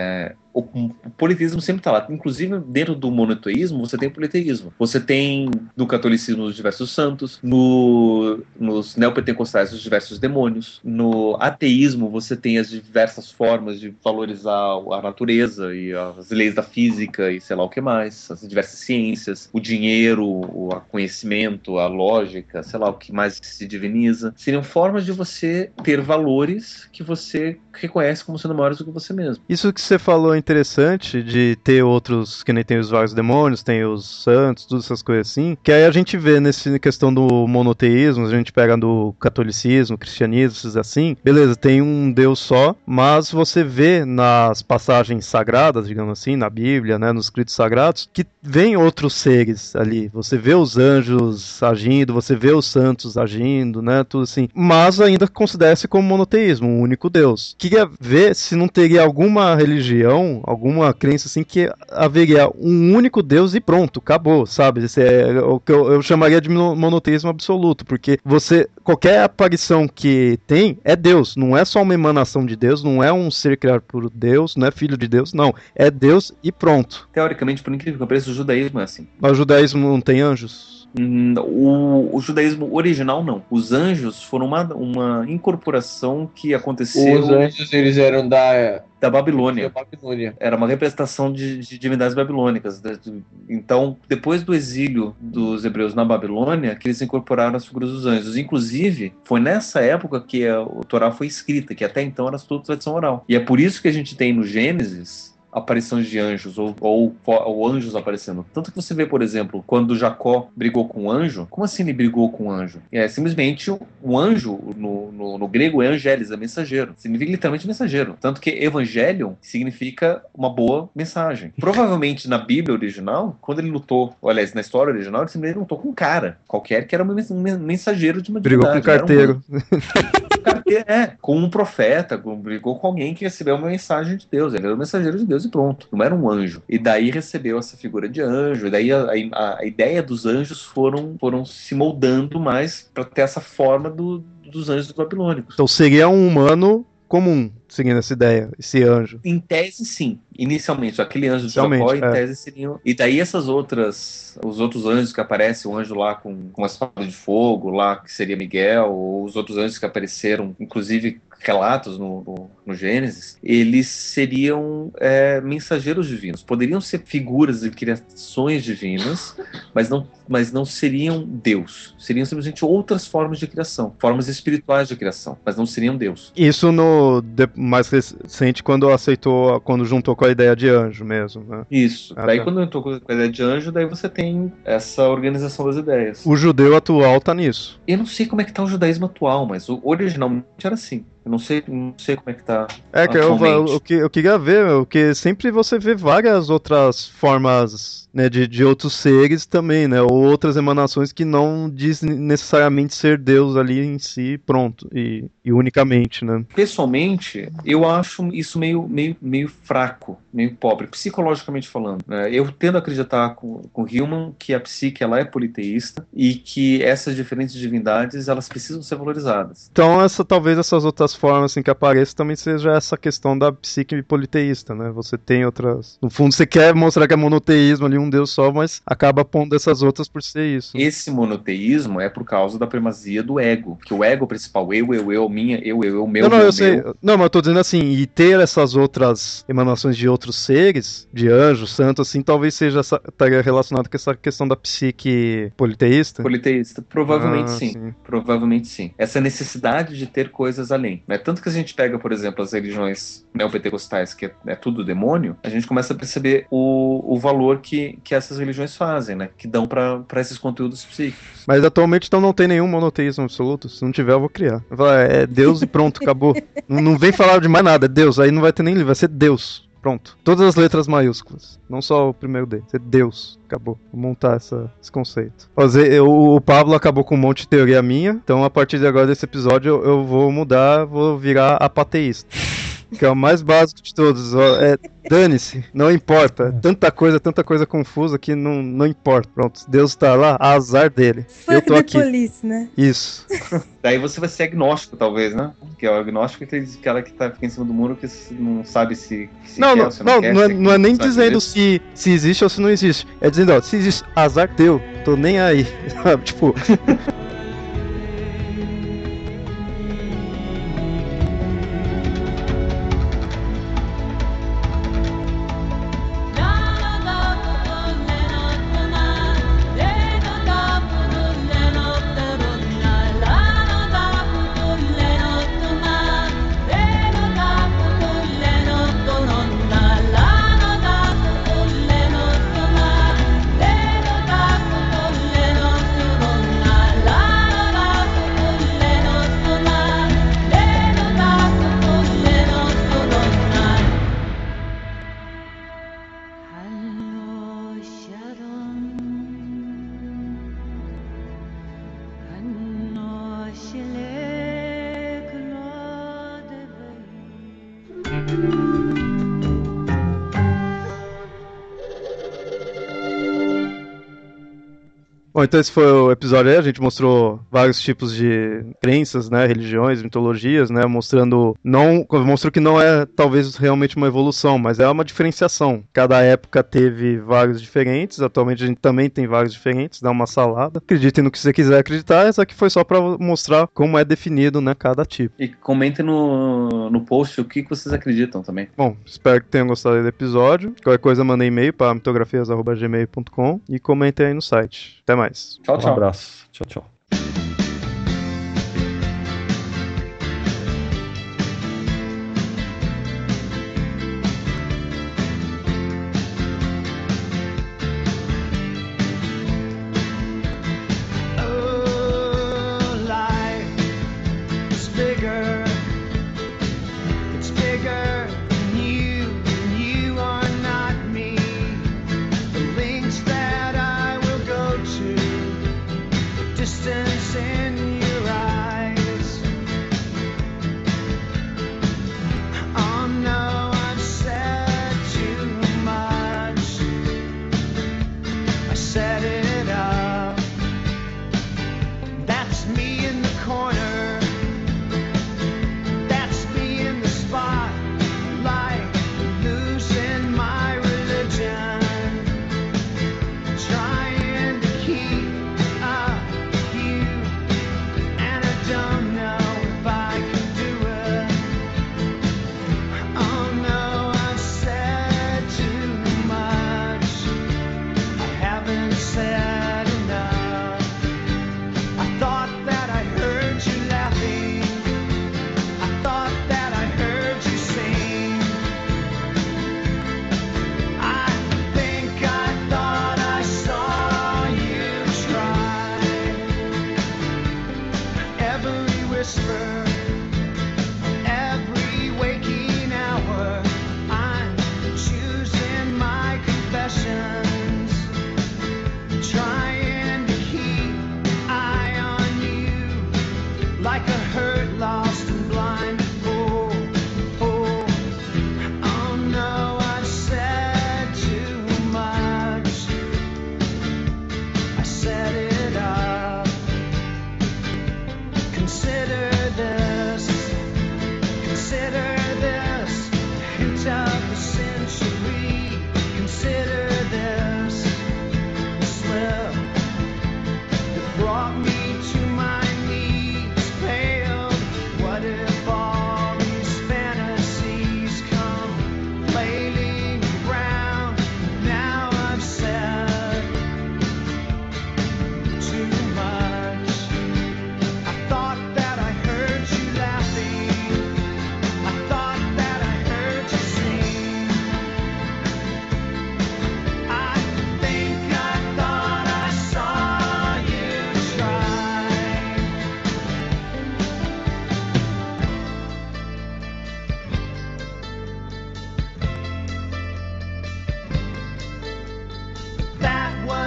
o politeísmo sempre está lá. Inclusive, dentro do monoteísmo, você tem politeísmo. Você tem, no catolicismo, os diversos santos, nos neopentecostais, os diversos demônios. No ateísmo, você tem as diversas formas de valorizar a natureza e as leis da física e sei lá o que mais, as diversas ciências, o dinheiro, o conhecimento, a lógica, sei lá o que mais se diviniza. Seriam formas de você ter valores que você reconhece como sendo maiores do que você mesmo. Isso que você falou é interessante, de ter outros, que nem tem os vários demônios, tem os santos, todas essas coisas assim, que aí a gente vê nessa questão do monoteísmo, a gente pega do catolicismo, cristianismo, esses assim, beleza, tem um Deus só, mas você vê nas passagens sagradas, digamos assim, na Bíblia, né, nos escritos sagrados, que vem outros seres ali, você vê os anjos agindo, você vê os santos agindo, né, tudo assim, mas ainda considera-se como monoteísmo, um único Deus. Queria ver se não teria alguma religião, alguma crença assim, que haveria um único Deus e pronto, acabou, sabe? Esse é o que eu chamaria de monoteísmo absoluto, porque qualquer aparição que tem é Deus, não é só uma emanação de Deus, não é um ser criado por Deus, não é filho de Deus, não, é Deus e pronto. Teoricamente, por incrível que pareça, o judaísmo é assim. Mas o judaísmo não tem anjos? O judaísmo original não. Os anjos foram uma incorporação que aconteceu. Os anjos, eles eram da Babilônia. Era uma representação de divindades babilônicas. Então, depois do exílio dos hebreus na Babilônia, que eles incorporaram as figuras dos anjos. Inclusive, foi nessa época que o Torá foi escrita, que até então era tudo tradição oral. E é por isso que a gente tem no Gênesis aparições de anjos, ou anjos aparecendo. Tanto que você vê, por exemplo, quando Jacó brigou com um anjo, como assim ele brigou com um anjo? Simplesmente o anjo, no grego, é angelis, é mensageiro. Significa literalmente mensageiro. Tanto que evangelion significa uma boa mensagem. Provavelmente na Bíblia original, quando ele lutou, aliás, na história original, ele simplesmente lutou com um cara qualquer que era um mensageiro de uma divindade. Brigou com um carteiro. Com um profeta, brigou com alguém que recebeu uma mensagem de Deus. Ele era o mensageiro de Deus e pronto, não era um anjo. E daí recebeu essa figura de anjo, e daí a ideia dos anjos foram se moldando mais para ter essa forma dos anjos babilônicos. Então seria um humano comum, seguindo essa ideia, esse anjo. Em tese, sim. Inicialmente, aquele anjo de Jacó, em tese, seriam... E daí os outros anjos que aparecem, o anjo lá com uma espada de fogo, lá que seria Miguel, ou os outros anjos que apareceram, inclusive relatos no Gênesis, eles seriam mensageiros divinos. Poderiam ser figuras de criações divinas, mas não seriam Deus. Seriam simplesmente outras formas de criação, formas espirituais de criação, mas não seriam Deus. Isso mais recente, quando juntou com a ideia de anjo mesmo, né? Isso. Daí quando juntou com a ideia de anjo, daí você tem essa organização das ideias. O judeu atual tá nisso. Eu não sei como é que tá o judaísmo atual, mas originalmente era assim. Eu não sei como é que tá Eu queria ver, porque sempre você vê várias outras formas, né, de outros seres também, né, ou outras emanações que não diz necessariamente ser Deus ali em si, pronto, e unicamente, né. Pessoalmente, eu acho isso meio fraco, meio pobre, psicologicamente falando, né? Eu tendo a acreditar com Hillman que a psique ela é politeísta e que essas diferentes divindades elas precisam ser valorizadas. Então talvez essas outras formas assim, que apareçam também seja essa questão da psique politeísta, né? Você tem outras... No fundo você quer mostrar que é monoteísmo ali, um Deus só, mas acaba pondo essas outras por ser isso. Esse monoteísmo é por causa da primazia do ego, que o ego principal, eu, minha, eu, meu, eu sei. Não, mas eu tô dizendo assim, e ter essas outras emanações de outros seres, de anjos, santos, assim, talvez estaria relacionado com essa questão da psique politeísta? Politeísta, provavelmente sim. Provavelmente sim. Essa necessidade de ter coisas além, né? Tanto que a gente pega, por exemplo, as religiões neopentecostais, que é tudo demônio, a gente começa a perceber o valor que essas religiões fazem, né? Que dão para esses conteúdos psíquicos. Mas atualmente então não tem nenhum monoteísmo absoluto? Se não tiver, eu vou criar. Eu vou falar, é Deus e pronto, acabou. Não vem falar de mais nada, é Deus. Aí não vai ter nem livro, vai ser Deus. Pronto. Todas as letras maiúsculas. Não só o primeiro D. Ser Deus. Acabou. Vou montar esse conceito. O Pablo acabou com um monte de teoria minha. Então, a partir de agora desse episódio, eu vou mudar. Vou virar apateísta. Que é o mais básico de todos. Dane-se. Não importa. Tanta coisa confusa que não importa. Pronto. Deus tá lá. Azar dele. Eu tô aqui. Police, né? Isso. Daí você vai ser agnóstico, talvez, né? Que é o agnóstico que é aquele cara que fica em cima do muro que não sabe se não, quer não, ou se não quer. Não é nem dizendo se existe ou se não existe. É dizendo, ó, se existe, azar teu. Tô nem aí. Tipo... Bom, então esse foi o episódio aí, a gente mostrou vários tipos de crenças, né, religiões, mitologias, né, mostrou que não é talvez realmente uma evolução, mas é uma diferenciação. Cada época teve vários diferentes, atualmente a gente também tem vários diferentes, dá uma salada. Acreditem no que você quiser acreditar, essa aqui foi só pra mostrar como é definido, né, cada tipo. E comentem no post o que vocês acreditam também. Bom, espero que tenham gostado do episódio. Qualquer coisa, mandem e-mail para mitografias@gmail.com e comentem aí no site. Até mais. Tchau, tchau. Um abraço. Tchau, tchau. Distant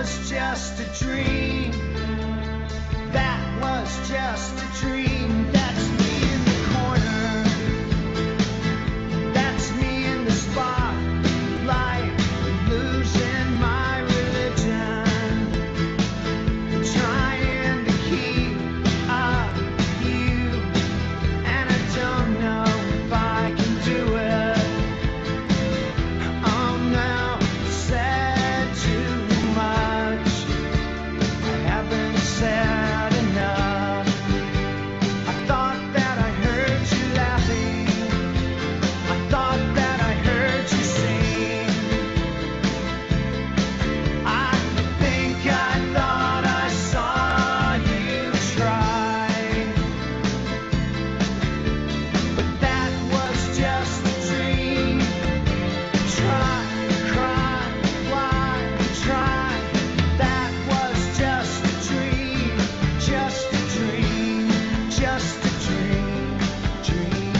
was just a dream. That was just a dream. That's me in the corner. That's me in the spotlight, losing my religion, trying to keep up with you, and I don't know if I can do it. Oh no, said too much. I haven't said enough. I thought that I heard you laughing. I thought that I heard you sing. I think I thought I saw you try, but that was just a dream. Try, cry, why, try. That was just a dream, just a dream, just a dream, dream.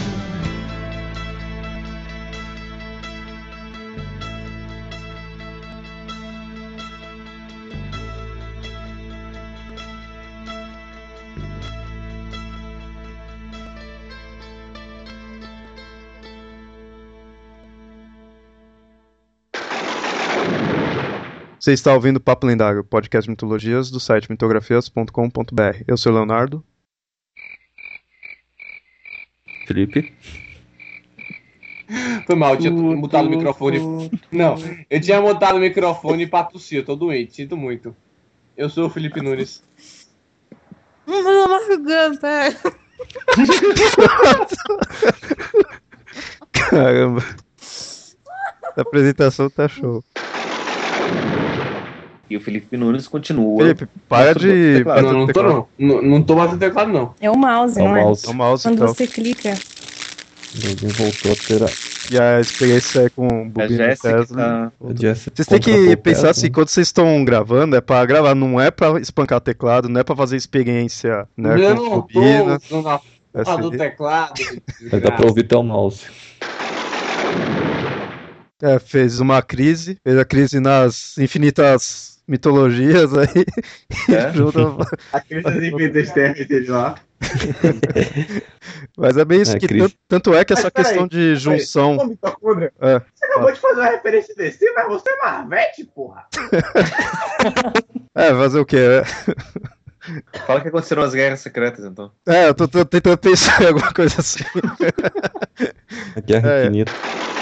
Você está ouvindo Papo Lendário, podcast de mitologias do site mitografias.com.br. Eu sou o Leonardo. Felipe? Foi mal, eu tinha mutado o microfone. Não, eu tinha mutado o microfone pra tossir, eu tô doente, sinto muito. Eu sou o Felipe Nunes. Caramba. A apresentação tá show. E o Felipe Nunes continua. Felipe, para de Teclado. bater Não, no não tô teclado. não tô batendo teclado, não. É o mouse, É o não é? mouse. É o mouse, Quando então. você clica. Ele voltou a ter a E a experiência é com o A Bobino Jéssica Tesla. tá... Jéssica Vocês têm que contratou o pensar assim, Tesla. quando vocês estão gravando, é pra gravar, não é pra espancar teclado, não é pra fazer experiência, né, Eu com não bobina. tô usando a porra do teclado. Mas dá pra ouvir até o mouse. É, fez uma crise, fez a crise nas infinitas mitologias aí, É? junto, Aqueles infinitas terras dele lá. mas é bem isso, É, que crise. tanto é que essa Mas peraí, questão de junção... Ô, mitocôndria, É. você acabou de fazer uma referência desse, mas você é Marvete, porra. Fazer o quê? Fala que aconteceram as guerras secretas, então. Eu tô tentando pensar em alguma coisa assim. A Guerra É. Infinita.